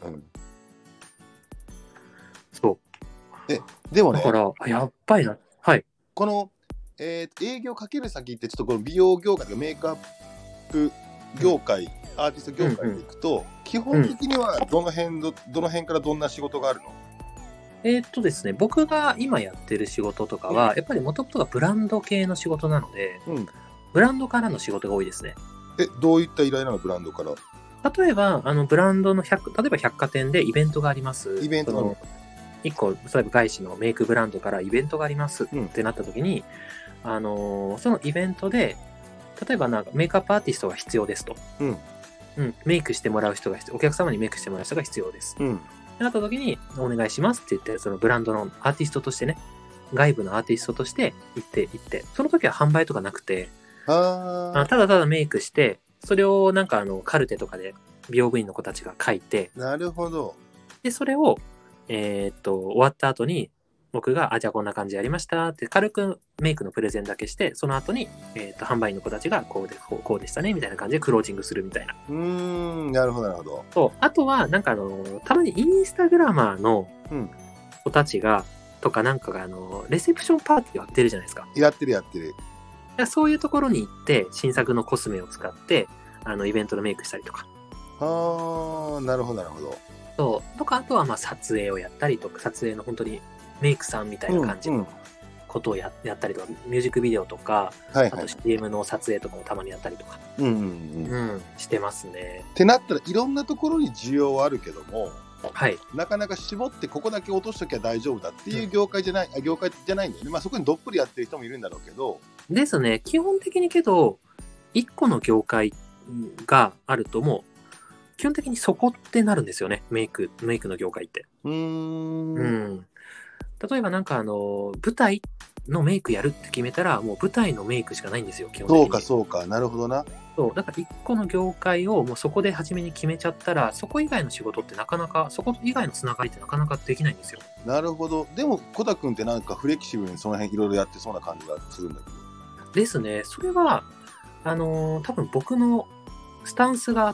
そう。 え、でもね。 だから、やっばいな。はい。 この、えー、営業かける先って、ちょっとこの美容業界とかメイクアップ業界、うん、アーティスト業界でいくと、うんうん、基本的にはどの辺ど、どの辺からどんな仕事があるの？ えー、っとですね、僕が今やってる仕事とかは、うん、やっぱりもともとがブランド系の仕事なので、うん、ブランドからの仕事が多いですね。 え、どういった依頼なの？ブランドから。 例えば、あのブランドの百、例えば百貨店でイベントがあります。 イベントのいっこ、例えば外資のメイクブランドからイベントがありますってなった時に、うん、あのー、そのイベントで、例えばなんかメイクアップアーティストが必要ですと。うん。うん。メイクしてもらう人が必要、お客様にメイクしてもらう人が必要です。うん。ってなった時に、お願いしますって言って、そのブランドのアーティストとしてね、外部のアーティストとして行って行って、その時は販売とかなくて、ああただただメイクして、それをなんかあの、カルテとかで美容部員の子たちが書いて、 なるほど。 で、それを、えー、っと、終わった後に、僕が、あ、じゃあこんな感じやりましたって軽くメイクのプレゼンだけして、その後に、えー、っと、販売員の子たちがこうで、こう、こうでしたね、みたいな感じでクロージングするみたいな。 うーん、なるほど、なるほど。 そう。あとは、なんかあの、たまにインスタグラマーの子たちが、うん、とかなんかが、あの、レセプションパーティーやってるじゃないですか。 やってるやってる。 そういうところに行って、新作のコスメを使って、あの、イベントのメイクしたりとか。 ああ、なるほど、なるほど。 そう。とか、あとはまあ撮影をやったりとか、撮影の本当にメイクさんみたいな感じのことを や,、うんうん、やったりとか、ミュージックビデオとか、はいはい、あと シーエム の撮影とかもたまにやったりとか、うんうんうんうん、してますね。 ってなったらいろんなところに需要はあるけども、 はい、 なかなか絞ってここだけ落としときゃ大丈夫だっていう業界じゃない、うん、業界じゃないんだよね。まあそこにどっぷりやってる人もいるんだろうけど。 ですね。基本的にけど、一個の業界があるともう、基本的にそこってなるんですよね。メイク、メイクの業界って。うーん。うん。例えばなんかあの、舞台のメイクやるって決めたら、もう舞台のメイクしかないんですよ、基本的に。 そうか、そうか。なるほどな。 そう。だから一個の業界をもうそこで初めに決めちゃったら、そこ以外の仕事ってなかなか、そこ以外のつながりってなかなかできないんですよ。 なるほど。でも、コタ君ってなんかフレキシブルにその辺いろいろやってそうな感じがするんだけど。 ですね。それは、あのー、多分僕のスタンスがあって、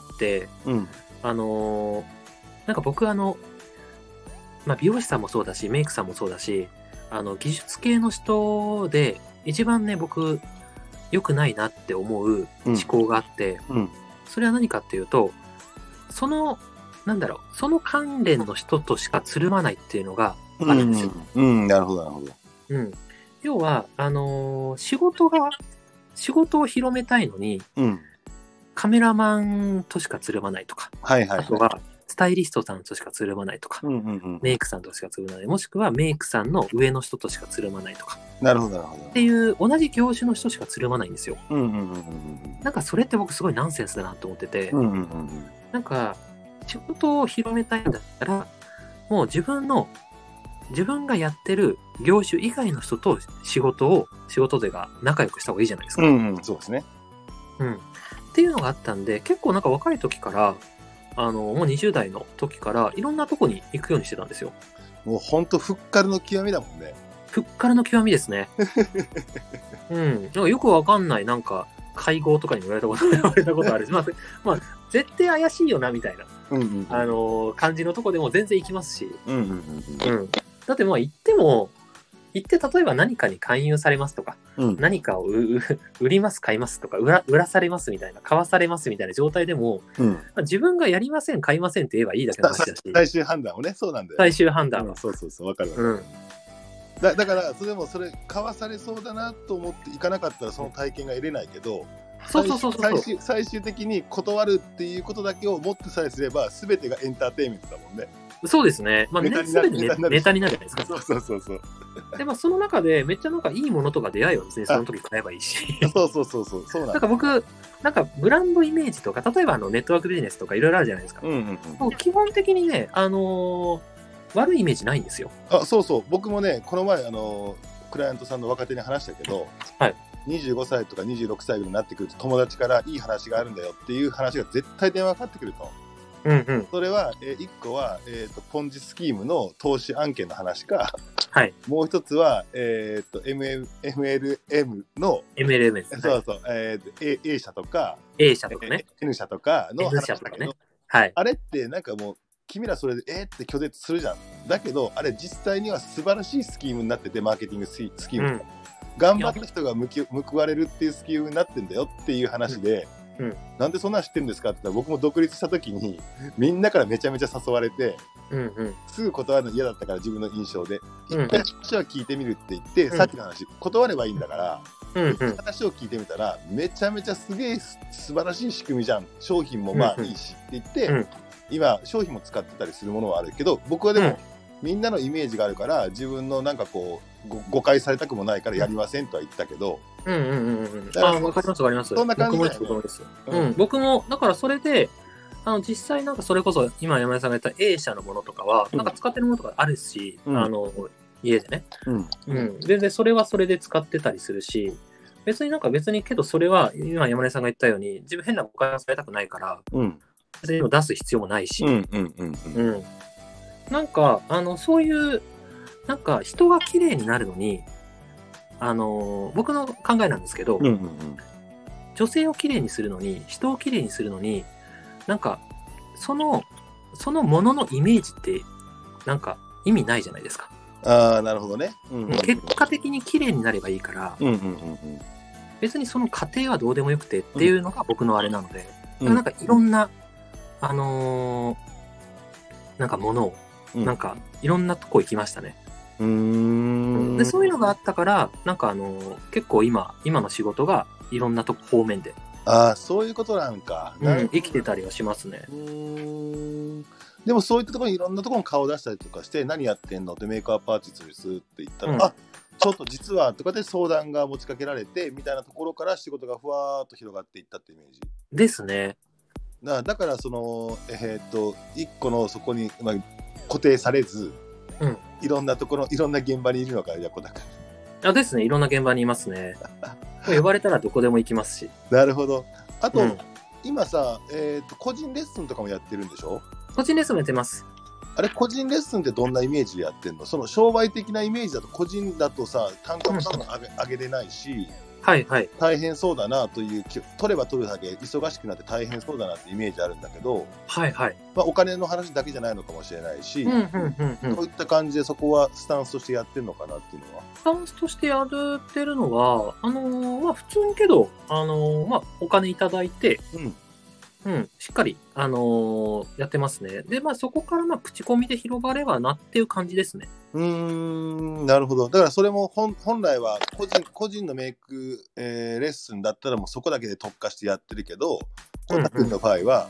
うん、あのー、なんか僕あの、まあ、美容師さんもそうだし、メイクさんもそうだし、あの、技術系の人で、一番ね、僕、良くないなって思う思考があって、うんうん、それは何かっていうと、その、なんだろう、その関連の人としかつるまないっていうのがあるんですよ。 うん、うんうん、なるほど、なるほど。 うん。要は、あのー、仕事が、仕事を広めたいのに、うん、カメラマンとしかつるまないとか、はいはいはい、あとはスタイリストさんとしかつるまないとか、 うんうんうん、 メイクさんとしかつるまない、もしくはメイクさんの上の人としかつるまないとか。 なるほどなるほど。 っていう同じ業種の人しかつるまないんですよ。 うんうんうんうん、 なんかそれって僕すごいナンセンスだなと思ってて、 うんうんうんうん、 なんか仕事を広めたいんだったら、もう自分の自分がやってる業種以外の人と仕事を仕事でが仲良くした方がいいじゃないですか。 うんうん、そうですね。 うん。っていうのがあったんで、結構なんか若い時から、あの、もうにじゅう代の時からいろんなとこに行くようにしてたんですよ。 もうほんとふっかるの極みだもんね。 ふっからの極みですね。うん。なんかよくわかんない、なんか、会合とかにも言われたこと、言われたことあるし、まあ、まあ、絶対怪しいよな、みたいな、 うんうんうん、 あの、感じのとこでも全然行きますし。 うんうんうんうん。うん。 だってまあ行っても、行って例えば何かに勧誘されますとか、 うん、 何かを売ります、買いますとか、売ら、売らされますみたいな、買わされますみたいな状態でも、 うん、まあ、自分がやりません、買いませんって言えばいいだけの話だし。 最終判断をね、そうなんだよ、ね。 最終判断は、 うん。そうそうそう、わかるわかる。 る。うん、だ, だから、それもそれ、買わされそうだなと思って行かなかったら、その体験が得れないけど、 そうそうそうそう、 最終、最終的に断るっていうことだけを持ってさえすれば、すべてがエンターテインメントだもんね。 そうですね。まあ、ね、すべてネタになるじゃないですか。 そうそうそうそう。 で、まあ、その中で、めっちゃなんかいいものとか出会いをですね、その時買えばいいし。 そうそうそうそう。そうなんなんか僕、なんかブランドイメージとか、例えばあのネットワークビジネスとかいろいろあるじゃないですか。 うんうんうん、 基本的にね、あのー、悪いイメージないんですよ。 あ、そうそう。僕もね、この前、あのー、クライアントさんの若手に話したけど、 はい。 にじゅうごさいとかにじゅうろくさいぐらいになってくると、友達からいい話があるんだよっていう話が絶対電話かかってくると。 うんうん、 それは、えー、いっこは、えーと、ポンジスキームの投資案件の話か、 はい、 もう一つは、えーと、エムエルエム のエムエルエム です、ね、 そうそう、えー、A 社とか A 社とかね、 N 社とかの話だけど、ね、はい、あれってなんかもう君らそれでえー、って拒絶するじゃん。だけどあれ実際には素晴らしいスキームになってて、マーケティングスキーム、うん、頑張った人が報われるっていうスキームになってんだよっていう話で、うんうん、なんでそんなの知ってるんですかって言ったら、僕も独立した時にみんなからめちゃめちゃ誘われて、うんうん、すぐ断るの嫌だったから、自分の印象で一回話は聞いてみるって言って、うん、さっきの話断ればいいんだから、うんうん、話を聞いてみたらめちゃめちゃすげえ素晴らしい仕組みじゃん、商品もまあいいしって言って、うんうん、今商品も使ってたりするものはあるけど、僕はでも、うん、みんなのイメージがあるから自分のなんかこう誤解されたくもないからやりませんとは言ったけど、 うんうんうんうん。あ、わかりますわかります。 そんな感じだよね。 僕もです。うん、僕もだからそれで、あの実際なんかそれこそ今山根さんが言った A 社のものとかは、うん、なんか使ってるものとかあるし、うん、あの家でね、うんうん、全然それはそれで使ってたりするし、別になんか別にけどそれは今山根さんが言ったように自分変な誤解をされたくないから、うん、別に出す必要もないし、うんうんうんうんうん、なんかあのそういうなんか人が綺麗になるのに。あのー、僕の考えなんですけど、うんうんうん、女性をきれいにするのに、人をきれいにするのに、なんかそのそのもののイメージってなんか意味ないじゃないですか。 ああ、なるほどね、うんうんうん、 結果的にきれいになればいいから、うんうんうんうん、別にその過程はどうでもよくてっていうのが僕のあれなので、うん、なんかいろんなあのー、なんかものを、うん、なんかいろんなとこ行きましたね。うーん、でそういうのがあったからなんかあの結構今今の仕事がいろんなとこ方面で、 ああ、そういうことなんか、 うん、生きてたりはしますね。 うーん、でもそういったところにいろんなところに顔を出したりとかして、何やってんのってメイクアップアーティストですって言ったら、うん、あ、ちょっと実はとかで相談が持ちかけられてみたいなところから仕事がふわーっと広がっていったってイメージですね。 だ, だからそのえー、っといっこのそこに、まあ、固定されず、うん、いろんなところ、いろんな現場にいるのか、やこだか。 あ、ですね、いろんな現場にいますね。呼ばれたらどこでも行きますし。 なるほど。あと、うん、今さ、えーと、個人レッスンとかもやってるんでしょ？ 個人レッスンもやってます。 あれ、個人レッスンってどんなイメージでやってんの？その商売的なイメージだと、個人だとさ、単価も多分上げ、上げれないし、 はいはい、 大変そうだなという、取れば取るだけ忙しくなって大変そうだなってイメージあるんだけど、 はいはい、 まあ、お金の話だけじゃないのかもしれないし、うんうんうんうん、そういった感じでそこはスタンスとしてやってるのかなっていうのは。 スタンスとしてやってるのは、あのー、まあ普通にけど、あのー、まあお金いただいて、うんうん、しっかり、あのー、やってますね。で、まあそこからまあ口コミで広がればなっていう感じですね。 うーん、なるほど。だからそれも本本来は個人個人のメイク、えー、レッスンだったらもうそこだけで特化してやってるけど、コタ君の場合は、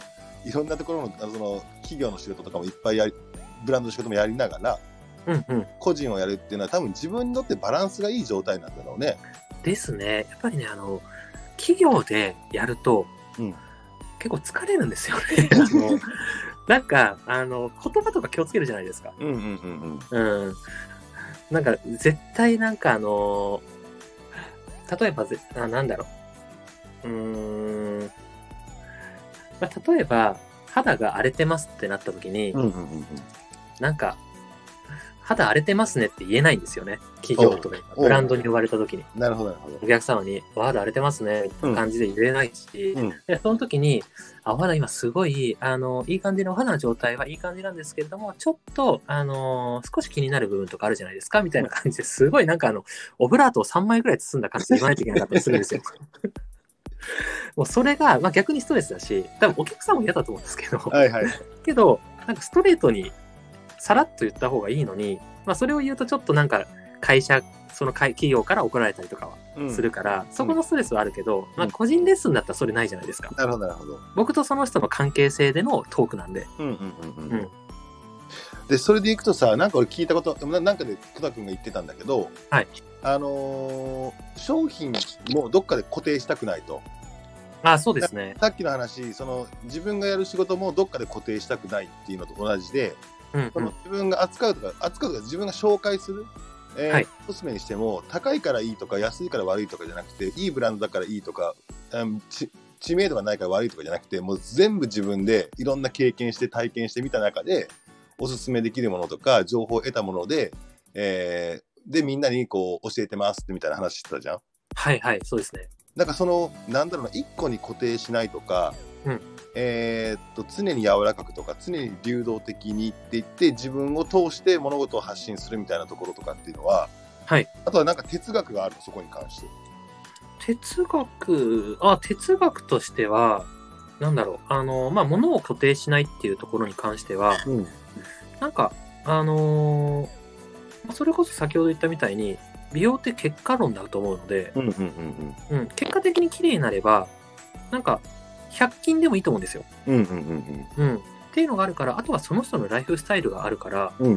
いろんなところの、その企業の仕事とかもいっぱいやり、ブランドの仕事もやりながら、うんうん、個人をやるっていうのは多分自分にとってバランスがいい状態なんだろうね。 ですね。やっぱりね、あの企業でやると、うん、結構疲れるんですよね。なんかあの言葉とか気をつけるじゃないですか。うんうんうんうん。うん、なんか絶対なんかあの例えばぜあなんだろう。うーん。まあ、例えば肌が荒れてますってなった時に、うんうんうんうん、なんか肌荒れてますねって言えないんですよね。企業とかブランドに言われた時に。 なるほどなるほど。 お客様にお肌荒れてますねって感じで言えないし、うん、でその時にあお肌今すごいあのいい感じのお肌の状態はいい感じなんですけれども、ちょっとあの少し気になる部分とかあるじゃないですかみたいな感じですごいなんかあのオブラートをさんまいぐらい包んだ感じで言わないといけなかったりするんですよ。もうそれが、まあ、逆にストレスだし、多分お客さんも嫌だと思うんですけど、はいはい、けどなんかストレートにさらっと言った方がいいのに、まあ、それを言うとちょっとなんか会社その企業から怒られたりとかはするから、うん、そこのストレスはあるけど、うん、まあ、個人レッスンだったらそれないじゃないですか。 なるほどなるほど。 僕とその人の関係性でのトークなんで。うんうんうんうん。 でそれでいくとさ、なんか俺聞いたことなんかで久田君が言ってたんだけど、はい、あのー、商品もどっかで固定したくないと。 あ、そうですね。 さっきの話、その自分がやる仕事もどっかで固定したくないっていうのと同じで、うんうん、その自分が扱うとか扱うとか自分が紹介する、えーはい、コスメにしても高いからいいとか安いから悪いとかじゃなくて、いいブランドだからいいとか、うん、知名度がないから悪いとかじゃなくて、もう全部自分でいろんな経験して体験してみた中でおすすめできるものとか情報を得たもので、えー、でみんなにこう教えてますってみたいな話してたじゃん。 はいはい、そうですね。 なんかそのなんだろうな、いっこに固定しないとか、うん、えー、っと常に柔らかくとか常に流動的にって言って自分を通して物事を発信するみたいなところとかっていうのは、はい、あとはなんか哲学があるの、そこに関して。 哲学、あ、哲学としてはなんだろう、あのまあ物を固定しないっていうところに関しては、うん、なんかあのー、それこそ先ほど言ったみたいに美容って結果論だと思うので、うんうんうんうん、結果的に綺麗になればなんかひゃく均でもいいと思うんですよ。うんうんうんうん。っていうのがあるから、あとはその人のライフスタイルがあるから、うんうんうん、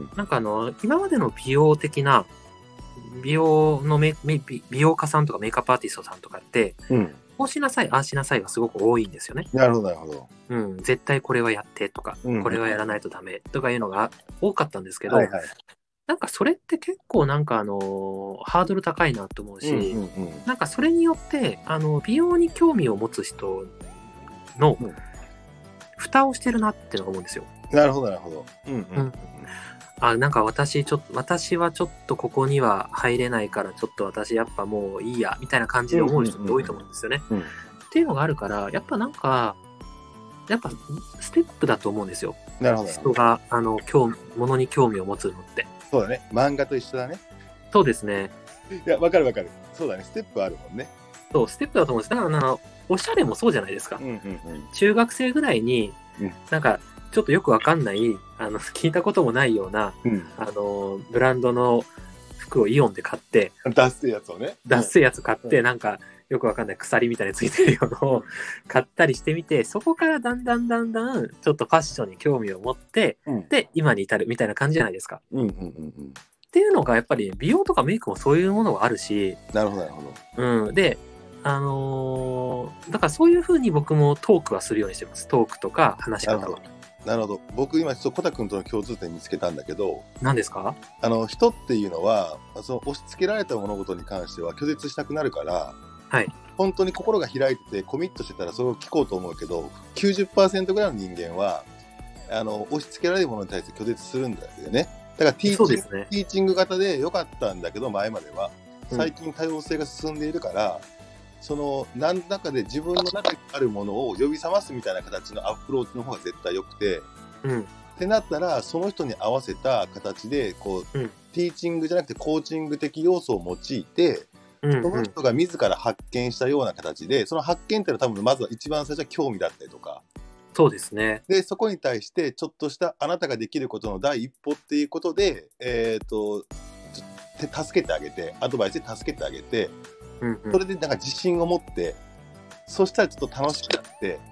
なんかあの今までの美容的な美容のメ美容家さんとかメイクアップアーティストさんとかって、うん、こうしなさいああしなさいがすごく多いんですよね。 なるほどなるほど。 うん、絶対これはやってとか、うんうん、これはやらないとダメとかいうのが多かったんですけど。はいはい、なんかそれって結構なんかあのハードル高いなと思うし、うんうんうん、なんかそれによってあの美容に興味を持つ人の蓋をしてるなってのが思うんですよ。 なるほどなるほど。うんうんうん、 あ、なんか私ちょっと私はちょっとここには入れないからちょっと私やっぱもういいやみたいな感じで思う人って多いと思うんですよね。うんうんうん、っていうのがあるからやっぱなんかやっぱステップだと思うんですよ。なるほど。人があの興味物に興味を持つのって。 そうだね。漫画と一緒だね。 そうですね。 いや、わかるわかる。そうだね。ステップあるもんね。 そう、ステップだと思うんです。だからあのおしゃれもそうじゃないですか。うんうんうん、中学生ぐらいに、うん、なんかちょっとよくわかんないあの聞いたこともないような、うん、あのブランドの服をイオンで買ってダッセーやつをねダッセーやつ買って、うん、なんかよくわかんない鎖みたいについてるようなのを買ったりしてみて、そこからだんだんだんだんちょっとファッションに興味を持って、うん、で今に至るみたいな感じじゃないですか。うんうんうんうん、っていうのがやっぱり美容とかメイクもそういうものがあるし。 なるほどなるほど。うん、であのー、だからそういう風に僕もトークはするようにしてます。トークとか話し方は。 なるほど。僕今ちょっとコタ君との共通点見つけたんだけど。 何ですか？ あの人っていうのはその押し付けられた物事に関しては拒絶したくなるから、はい、本当に心が開いててコミットしてたらそれを聞こうと思うけど きゅうじゅっパーセント ぐらいの人間はあの押し付けられるものに対して拒絶するんだよね。だからティーチング、ね、ティーチング型で良かったんだけど前までは最近多様性が進んでいるから、うん、その何らかで自分の中にあるものを呼び覚ますみたいな形のアプローチの方が絶対良くて、うん、ってなったらその人に合わせた形でこう、うん、ティーチングじゃなくてコーチング的要素を用いて、うんうん、その人が自ら発見したような形でその発見っていうのは多分まずは一番最初は興味だったりとか。 そうですね。 でそこに対してちょっとしたあなたができることの第一歩っていうことで、えーと、助けてあげてアドバイスで助けてあげて、うんうん、それでなんか自信を持ってそしたらちょっと楽しくなって、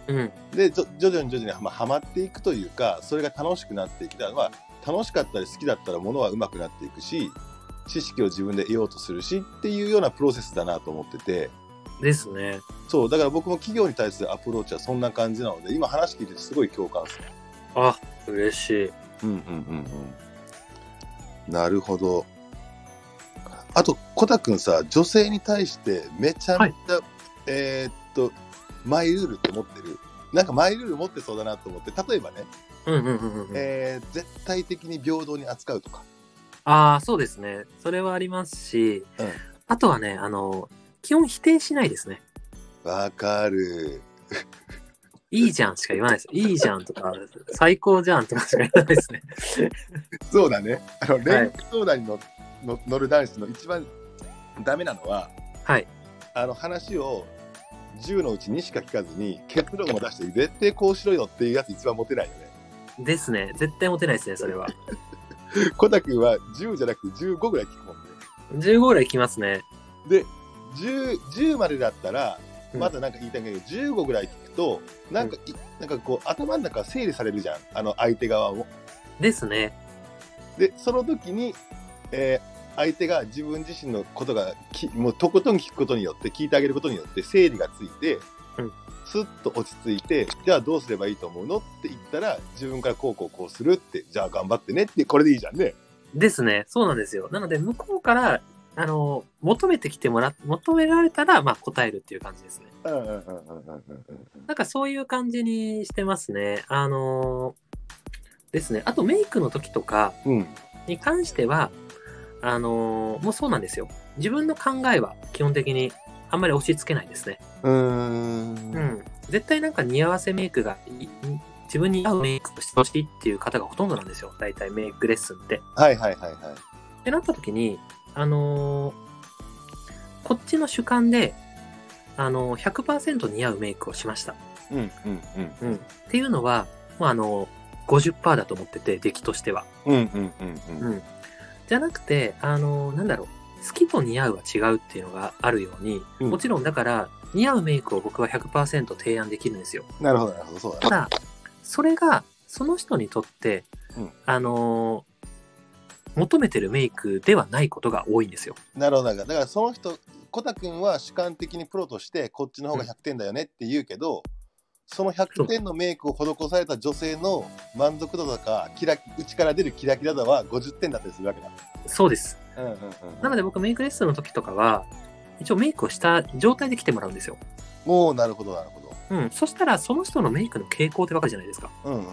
うん、 で徐々に徐々にまあハマっていくというか、それが楽しくなってきたのは、楽しかったり好きだったらものは上手くなっていくし、知識を自分で得ようとするしっていうようなプロセスだなと思ってて。 ですね。 そうだから僕も企業に対するアプローチはそんな感じなので、今話聞いててすごい共感する。 あ、嬉しい。 うんうんうんうん。なるほど。あとコタくんさ、女性に対してめちゃめちゃ、はい、えー、っとマイルールって持ってる？なんかマイルール持ってそうだなと思って、例えばね、 うんうんうんうん、 えー、絶対的に平等に扱うとか。 ああ、そうですね。それはありますし、うん、あとはね、あの基本否定しないですね。 わかる。 いいじゃんしか言わないです。いいじゃんとか、最高じゃんとかしか言わないですね。 そうだね。あの恋愛相談にの、はい、の乗る男子の一番ダメなのは、 はい、 あの話をじゅうのうちにしか聞かずに結論を出して絶対こうしろよっていうやつ一番モテないよね。 ですね。絶対モテないですね、それは。 コタ君はじゅうじゃなくてじゅうごぐらい聞くもんね。 じゅうごぐらい聞きますね。 で 10, 10までだったらまだなんか言いたいけど、うん、じゅうごぐらい聞くとなんか、うん、なんかこう頭の中整理されるじゃん、あの相手側も。 ですね。でその時に、えー、相手が自分自身のことがきもうとことん聞くことによって聞いてあげることによって整理がついて、うん、スッと落ち着いて、じゃあどうすればいいと思うのって言ったら自分からこうこうこうするって、じゃあ頑張ってねってこれでいいじゃんね。 ですね。そうなんですよ。なので向こうからあの求めてきてもら求められたらまあ答えるっていう感じですね。なんかそういう感じにしてますね。あのですね。あとメイクの時とかに関しては、うん、あのもうそうなんですよ。自分の考えは基本的にあんまり押し付けないですね。 うーん。 うん。絶対なんか似合わせメイクが自分に合うメイクをしてほしいっていう方がほとんどなんですよ。大体メイクレッスンって。 はいはいはいはい。 ってなった時に、あのー、こっちの主観で、あのー、ひゃくパーセント 似合うメイクをしました。 うんうんうん。うん、 っていうのは、まあ、あのー、ごじゅっパーセント だと思ってて、出来としては。 うんうんうんうん。うん、 じゃなくて、あのー、なんだろう、好きと似合うは違うっていうのがあるように、うん、もちろんだから、似合うメイクを僕は ひゃくパーセント 提案できるんですよ。 なるほどなるほど、そうだ。 ただ、それが、その人にとって、うん、あのー、求めてるメイクではないことが多いんですよ。 なるほど。だからその人、コタ君は主観的にプロとしてこっちの方がひゃくてんだよねって言うけど、うん、そのひゃくてんのメイクを施された女性の満足度とかキラ内から出るキラキラ度はごじゅってんだったりするわけだ。 そうです。うんうんうんうん、なので僕メイクレッスンの時とかは一応メイクをした状態で来てもらうんですよ。 おー、なるほどなるほど。 うん。そしたらその人のメイクの傾向ってわかるじゃないですか。うんうんうん。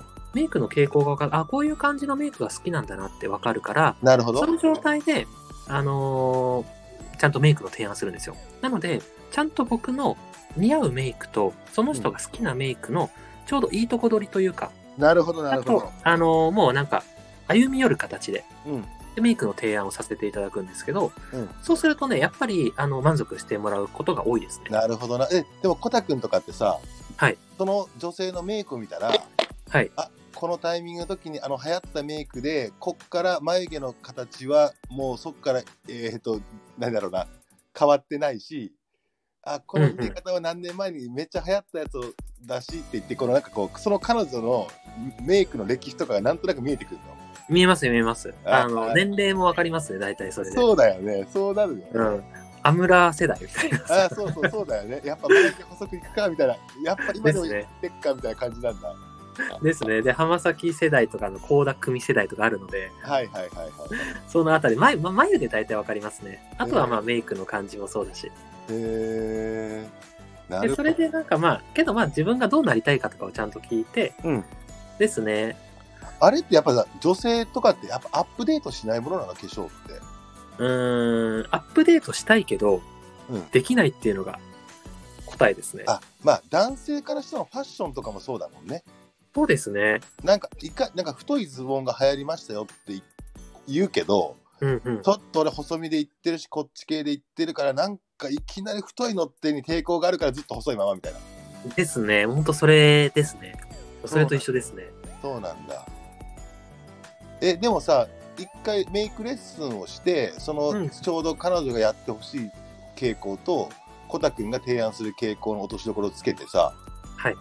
メイクの傾向が分かる。あ、こういう感じのメイクが好きなんだなって分かるから、 なるほど。 その状態で、あのー、ちゃんとメイクの提案するんですよ。なので、ちゃんと僕の似合うメイクと、その人が好きなメイクのちょうどいいとこ取りというか、 うん、なるほど、なるほど。 あと、あのー、もうなんか、歩み寄る形で、うん、で、メイクの提案をさせていただくんですけど、うん、そうするとね、やっぱり、あの、満足してもらうことが多いですね。 なるほどな。え、でも、コタ君とかってさ、 はい。 その女性のメイクを見たら、 はい。 あ、このタイミングの時にあの流行ったメイクでこっから眉毛の形はもうそっからえっと何だろうな変わってないし、あこの入れ方は何年前にめっちゃ流行ったやつを出しって言って、このなんかこうその彼女のメイクの歴史とかがなんとなく見えてくるの。 見えますよ見えます。あの年齢もわかりますね、大体それで。 そうだよね、そうなるよね。うん、 アムラー世代みたいな。 あそうそうそうだよね。やっぱ眉毛細くいくかみたいな、やっぱ今でも言ってっかみたいな感じなんだ。 ですね。で、浜崎世代とかの倖田來未世代とかあるので、 はいはいはいはい。 そのあたり、眉、ま、眉で大体わかりますね。あとはまあメイクの感じもそうだし。 へー。なるほど。 で、それでなんかまあ、けどまあ自分がどうなりたいかとかをちゃんと聞いて、うん、ですね。 あれってやっぱさ、女性とかってやっぱアップデートしないものなの、化粧って。 うーん、アップデートしたいけど、うん、できないっていうのが答えですね。 あ、まあ男性からしてもファッションとかもそうだもんね。 そうですね。 なんかいかなんか太いズボンが流行りましたよって言うけど、 うんうん、 ちょっと俺細身で言ってるしこっち系で言ってるから、なんかいきなり太いのってに抵抗があるからずっと細いままみたいな。 ですね。ほんとそれですね。それと一緒ですね。 そうなんだ。えでもさ、一回メイクレッスンをしてその、うん、ちょうど彼女がやってほしい傾向とコタ君が提案する傾向の落としどころをつけてさ、 はい。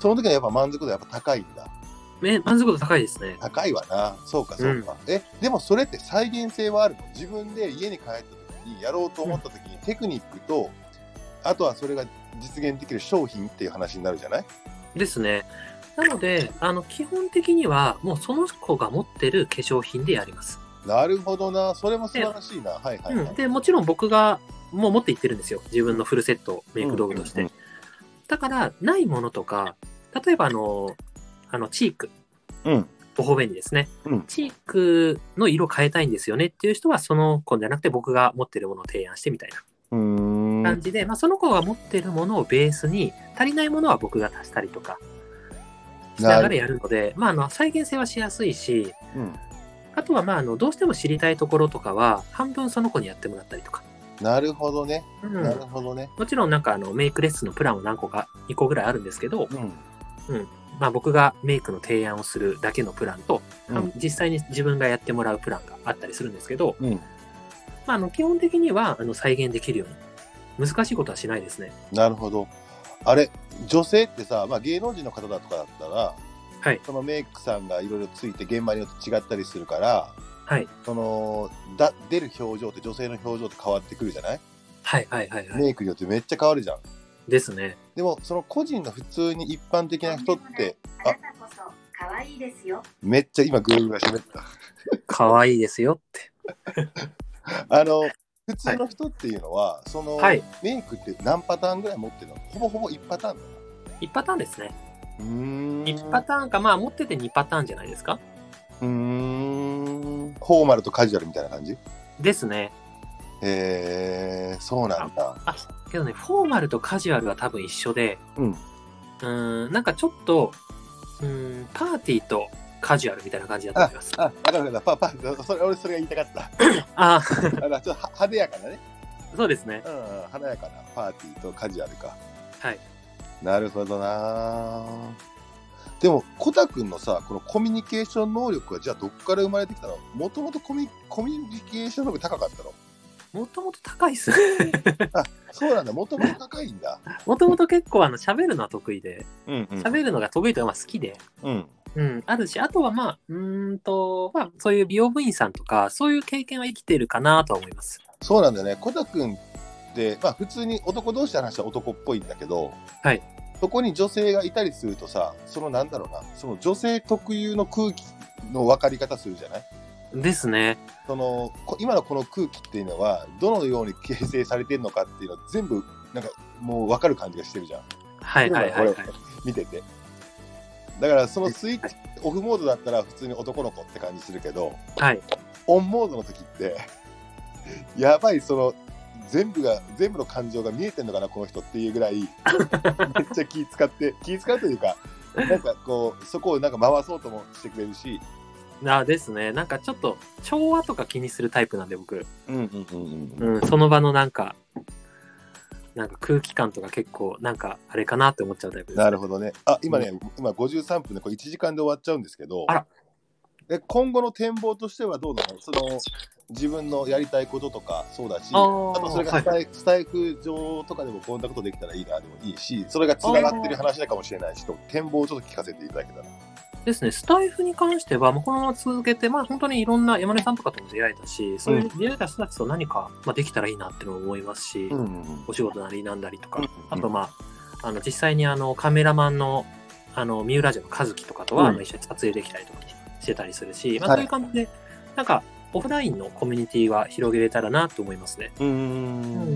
その時はやっぱ満足度やっぱ高いんだ。 え、満足度高いですね。 高いわな。そうかそうか。うん、え、でもそれって再現性はあるの？自分で家に帰った時にやろうと思った時にテクニックと、うん、あとはそれが実現できる商品っていう話になるじゃない？ ですね。なので、あの、基本的にはもうその子が持ってる化粧品でやります。 なるほどな。それも素晴らしいな。はいはい、はい、 うん。で、もちろん僕がもう持っていってるんですよ。自分のフルセットメイク道具として。うんうんうん、だから、ないものとか、例えばあの、あの、チーク。 うん。 頬紅ですね、 うん。 チークの色変えたいんですよねっていう人は、その子じゃなくて僕が持ってるものを提案してみたいな感じで、まあ、その子が持ってるものをベースに、足りないものは僕が足したりとかしながらやるので、まあ、あの再現性はしやすいし、 うん、 あとはまああのどうしても知りたいところとかは、半分その子にやってもらったりとか。 なるほどね。 うん、 なるほどね。 もちろんなんかあのメイクレッスンのプランは何個か、いっこぐらいあるんですけど、 うんうんまあ、僕がメイクの提案をするだけのプランと、うん、実際に自分がやってもらうプランがあったりするんですけど、 うんまあ、あの基本的にはあの再現できるように難しいことはしないですね。 なるほど。あれ女性ってさ、まあ、芸能人の方だとかだったら、 はい、 そのメイクさんがいろいろついて現場によって違ったりするから、 はい、 そのだ出る表情って女性の表情って変わってくるじゃない？ はいはいはいはい。 メイクによってめっちゃ変わるじゃん。 ですね。 でもその個人の普通に一般的な人って、 あなたこそ可愛いですよ。 めっちゃ今グーグーが喋った。 可愛いですよって。 あの普通の人っていうのは、はい、その、はい、メイクって何パターンぐらい持ってるの？ほぼほぼいちパターンだな。 いちパターンですね。 うーん。 いちパターンか、まあ持っててにパターンじゃないですか。 うーん。フォーマルとカジュアルみたいな感じ？ ですね。 へえー、そうなんだ。 あ、けどね、フォーマルとカジュアルは多分一緒で、 うん。 うーん、なんかちょっと、うーん、パーティーとカジュアルみたいな感じだと思います。 あ、あ、わかるわかる。パパそれ俺それが言いたかった。 ああ、ちょっと派手やかなね。 そうですね。 うん、華やかなパーティーとカジュアルか。 はい。 なるほどな。でもコタくんのさ、このコミュニケーション能力はじゃあどっから生まれてきたの？もともとコミコミュニケーション能力高かったの？ もともと高いっす。 あ、そうなんだ。もともと高いんだ。 もともと結構あの喋るのは得意で、 うんうん、 喋るのが得意というかまあ好きで、 うんうん、あるし、あとはまあうーんとまあそういう美容部員さんとかそういう経験は生きているかなとは思います。 そうなんだよね。コタくんってまあ普通に男同士で話したら男っぽいんだけど、 はい。 そこに女性がいたりするとさ、そのなんだろうな、その女性特有の空気の分かり方するじゃない？ ですね。 その今のこの空気っていうのはどのように形成されてるのかっていうのは全部なんかもう分かる感じがしてるじゃん。 はいはいはい、はい、 見てて。だからそのスイッチオフモードだったら普通に男の子って感じするけど、 はい、 オンモードの時ってやばい、その全部が全部の感情が見えてんのかなこの人っていうぐらいめっちゃ気使って気使うというか、なんかこうそこをなんか回そうともしてくれるし。 あですね。なんかちょっと調和とか気にするタイプなんで僕。 うんうんうんうん。 うん、その場のなんかなんか空気感とか結構なんかあれかなって思っちゃうタイプです、ね。 なるほどね。あ、今ね、うん、今ごじゅうさんぷんでこれいちじかんで終わっちゃうんですけど。 あら。 え、今後の展望としてはどうなの？その自分のやりたいこととかそうだし、あ, あとそれがスタイ、はい、スタイフ上とかでもこんなことできたらいいなでもいいし、それがつながってる話だかもしれないし、展望をちょっと聞かせていただけたら。 ですね、スタイフに関しては、もうこのまま続けて、まあ本当にいろんな山根さんとかとも出会えたし、そういう出会えた人たちと何か、まあ、できたらいいなっていうのも思いますし、 うんうんうん、 お仕事なりなんだりとか、 うんうん、 あとまあ、あの実際にあのカメラマンのあの三浦城の和樹とかとは、うん、一緒に撮影できたりとかしてたりするし、まあ、そういう感じで、はい、なんかオフラインのコミュニティは広げれたらなと思いますね。 うーん、うん、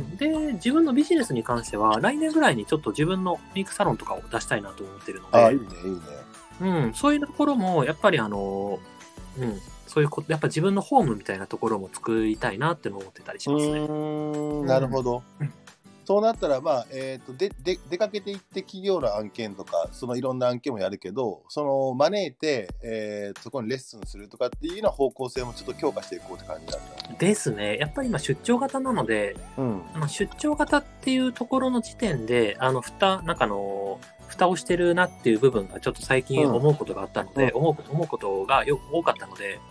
で、自分のビジネスに関しては、来年ぐらいにちょっと自分のメイクサロンとかを出したいなと思ってるので、 あ、いいね、いいね。 うん、そういうところも、やっぱりあの、うん、そういうこと、やっぱ自分のホームみたいなところも作りたいなって思ってたりしますね。 うーん、なるほど。うん、そうなったら、まあ、えっと、で、で、出かけていって企業の案件とか、そのいろんな案件もやるけど、その招いて、えー、そこにレッスンするとかっていうような方向性もちょっと強化していこうって感じなんだ。 ですね。やっぱり今出張型なので、 うん、 あの出張型っていうところの時点で、あの、蓋、なんかあの、蓋をしてるなっていう部分がちょっと最近思うことがあったので、うん、思う、思うことがよく多かったので、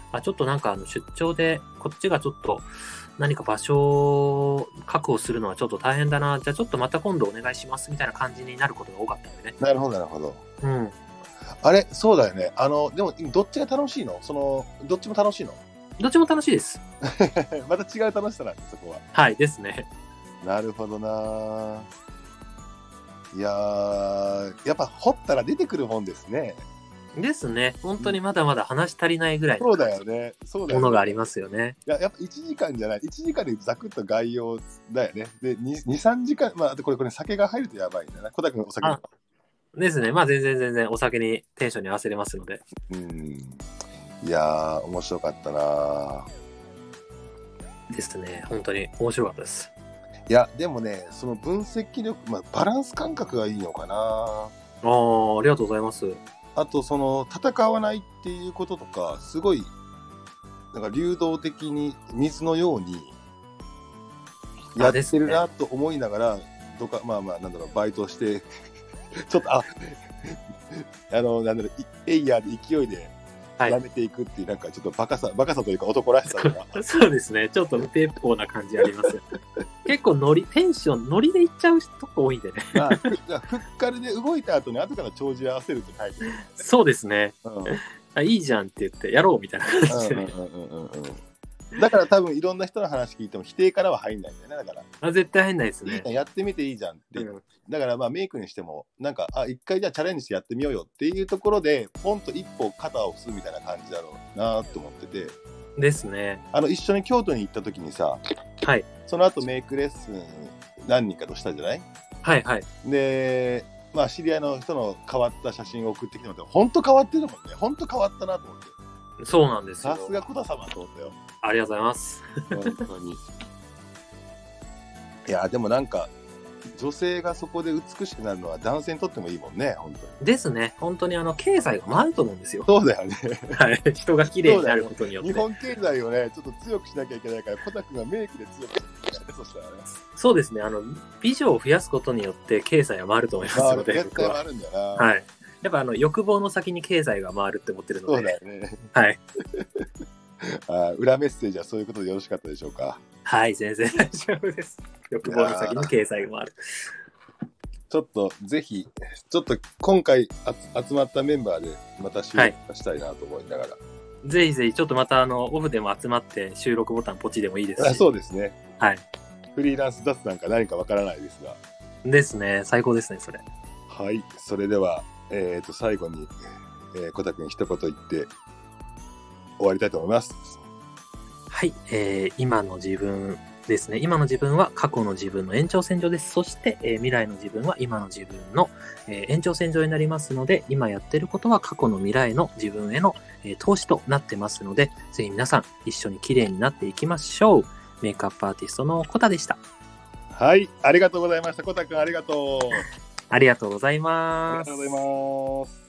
あ、ちょっとなんかあの出張で、こっちがちょっと何か場所を確保するのはちょっと大変だな。じゃあちょっとまた今度お願いしますみたいな感じになることが多かったのでね。 なるほど、なるほど。 うん。 あれ、そうだよね。あの、でも、どっちが楽しいの？その、どっちも楽しいの？ どっちも楽しいです。 また違う楽しさなんです、そこは。 はいですね。 なるほどな。いやー、やっぱ掘ったら出てくるもんですね。 ですね。本当にまだまだ話し足りないぐらいのそうだよね。そうだよね。 ものがありますよね。 いや、やっぱいちじかんじゃない。いちじかんでざくっと概要だよね。で、に、さんじかん、まあ、あとこれ、これ酒が入るとやばいんだな。小田君お酒。 ですね。まあ全然全然お酒にテンションに合わせれますので。 うん。いやー、面白かったなですね。本当に面白かったです。 いや、でもね、その分析力、まあ、バランス感覚がいいのかな。ああ、ありがとうございます。 あと、その、戦わないっていうこととか、すごい、なんか流動的に水のようにやってるなと思いながら、どか、まあまあ、なんだろう、バイトして、ちょっと、あ、あの、なんだろう、エイヤーで勢いでやめていくっていう、はい、なんかちょっとバカさ、バカさというか男らしさが。 そうですね。ちょっと無抵抗な感じあります。結構ノリ、テンション、ノリでいっちゃう人多いんでね。 まあ、フッカルで動いた後に後から帳尻合わせるってタイプ、ね。 そうですね、うん、あ。いいじゃんって言ってやろうみたいな感じでね。 だから多分いろんな人の話聞いても否定からは入んないんだよね。だからあ、絶対入んないですね。 いいやってみていいじゃんって、うん、だからまあメイクにしてもなんかあ一回じゃあチャレンジしてやってみようよっていうところでポンと一歩肩を押すみたいな感じだろうなと思ってて。 ですね。 あの一緒に京都に行った時にさ、 はい、 その後メイクレッスン何人かとしたじゃない。 はいはい。 でまあ知り合いの人の変わった写真を送ってきてもらって本当変わってるもんね。本当変わったなと思って。 そうなんですよ。 さすが小田様と思ったよ。 ありがとうございます。 本当に。いやでもなんか女性がそこで美しくなるのは男性にとってもいいもんね、本当に。 ですね。本当にあの経済が回ると思うんですよ。 そうだよね。 はい。人が綺麗になることによって。 日本経済をね、ちょっと強くしなきゃいけないから、コタ君がメイクで強くしなきゃいけないね、そしたらね。 そうですね。あの美女を増やすことによって経済は回ると思いますので。 絶対回るんだな。 はい。やっぱあの欲望の先に経済が回るって思ってるので。 そうだよね。 はい。 あ、裏メッセージはそういうことでよろしかったでしょうか。 はい、全然大丈夫です。欲望の先に経済が回る。 ちょっとぜひちょっと今回集まったメンバーでまた収録したいなと思いながら、はい、 ぜひぜひちょっとまたあのオフでも集まって収録ボタンポチでもいいですし。 あ、そうですね。 はい。 フリーランス雑談か何かわからないですが。 ですね。最高ですねそれ。 はい。それではえっ、ー、と最後に、えー、小田君一言言って終わりたいと思います。 はい、えー、今の自分ですね。今の自分は過去の自分の延長線上です。そして、えー、未来の自分は今の自分の、えー、延長線上になりますので、今やってることは過去の未来の自分への、えー、投資となってますので、ぜひ皆さん一緒に綺麗になっていきましょう。メイクアップアーティストのコタでした。 はい、ありがとうございました。コタ君ありがとう。 ありがとうございます。 ありがとうございます。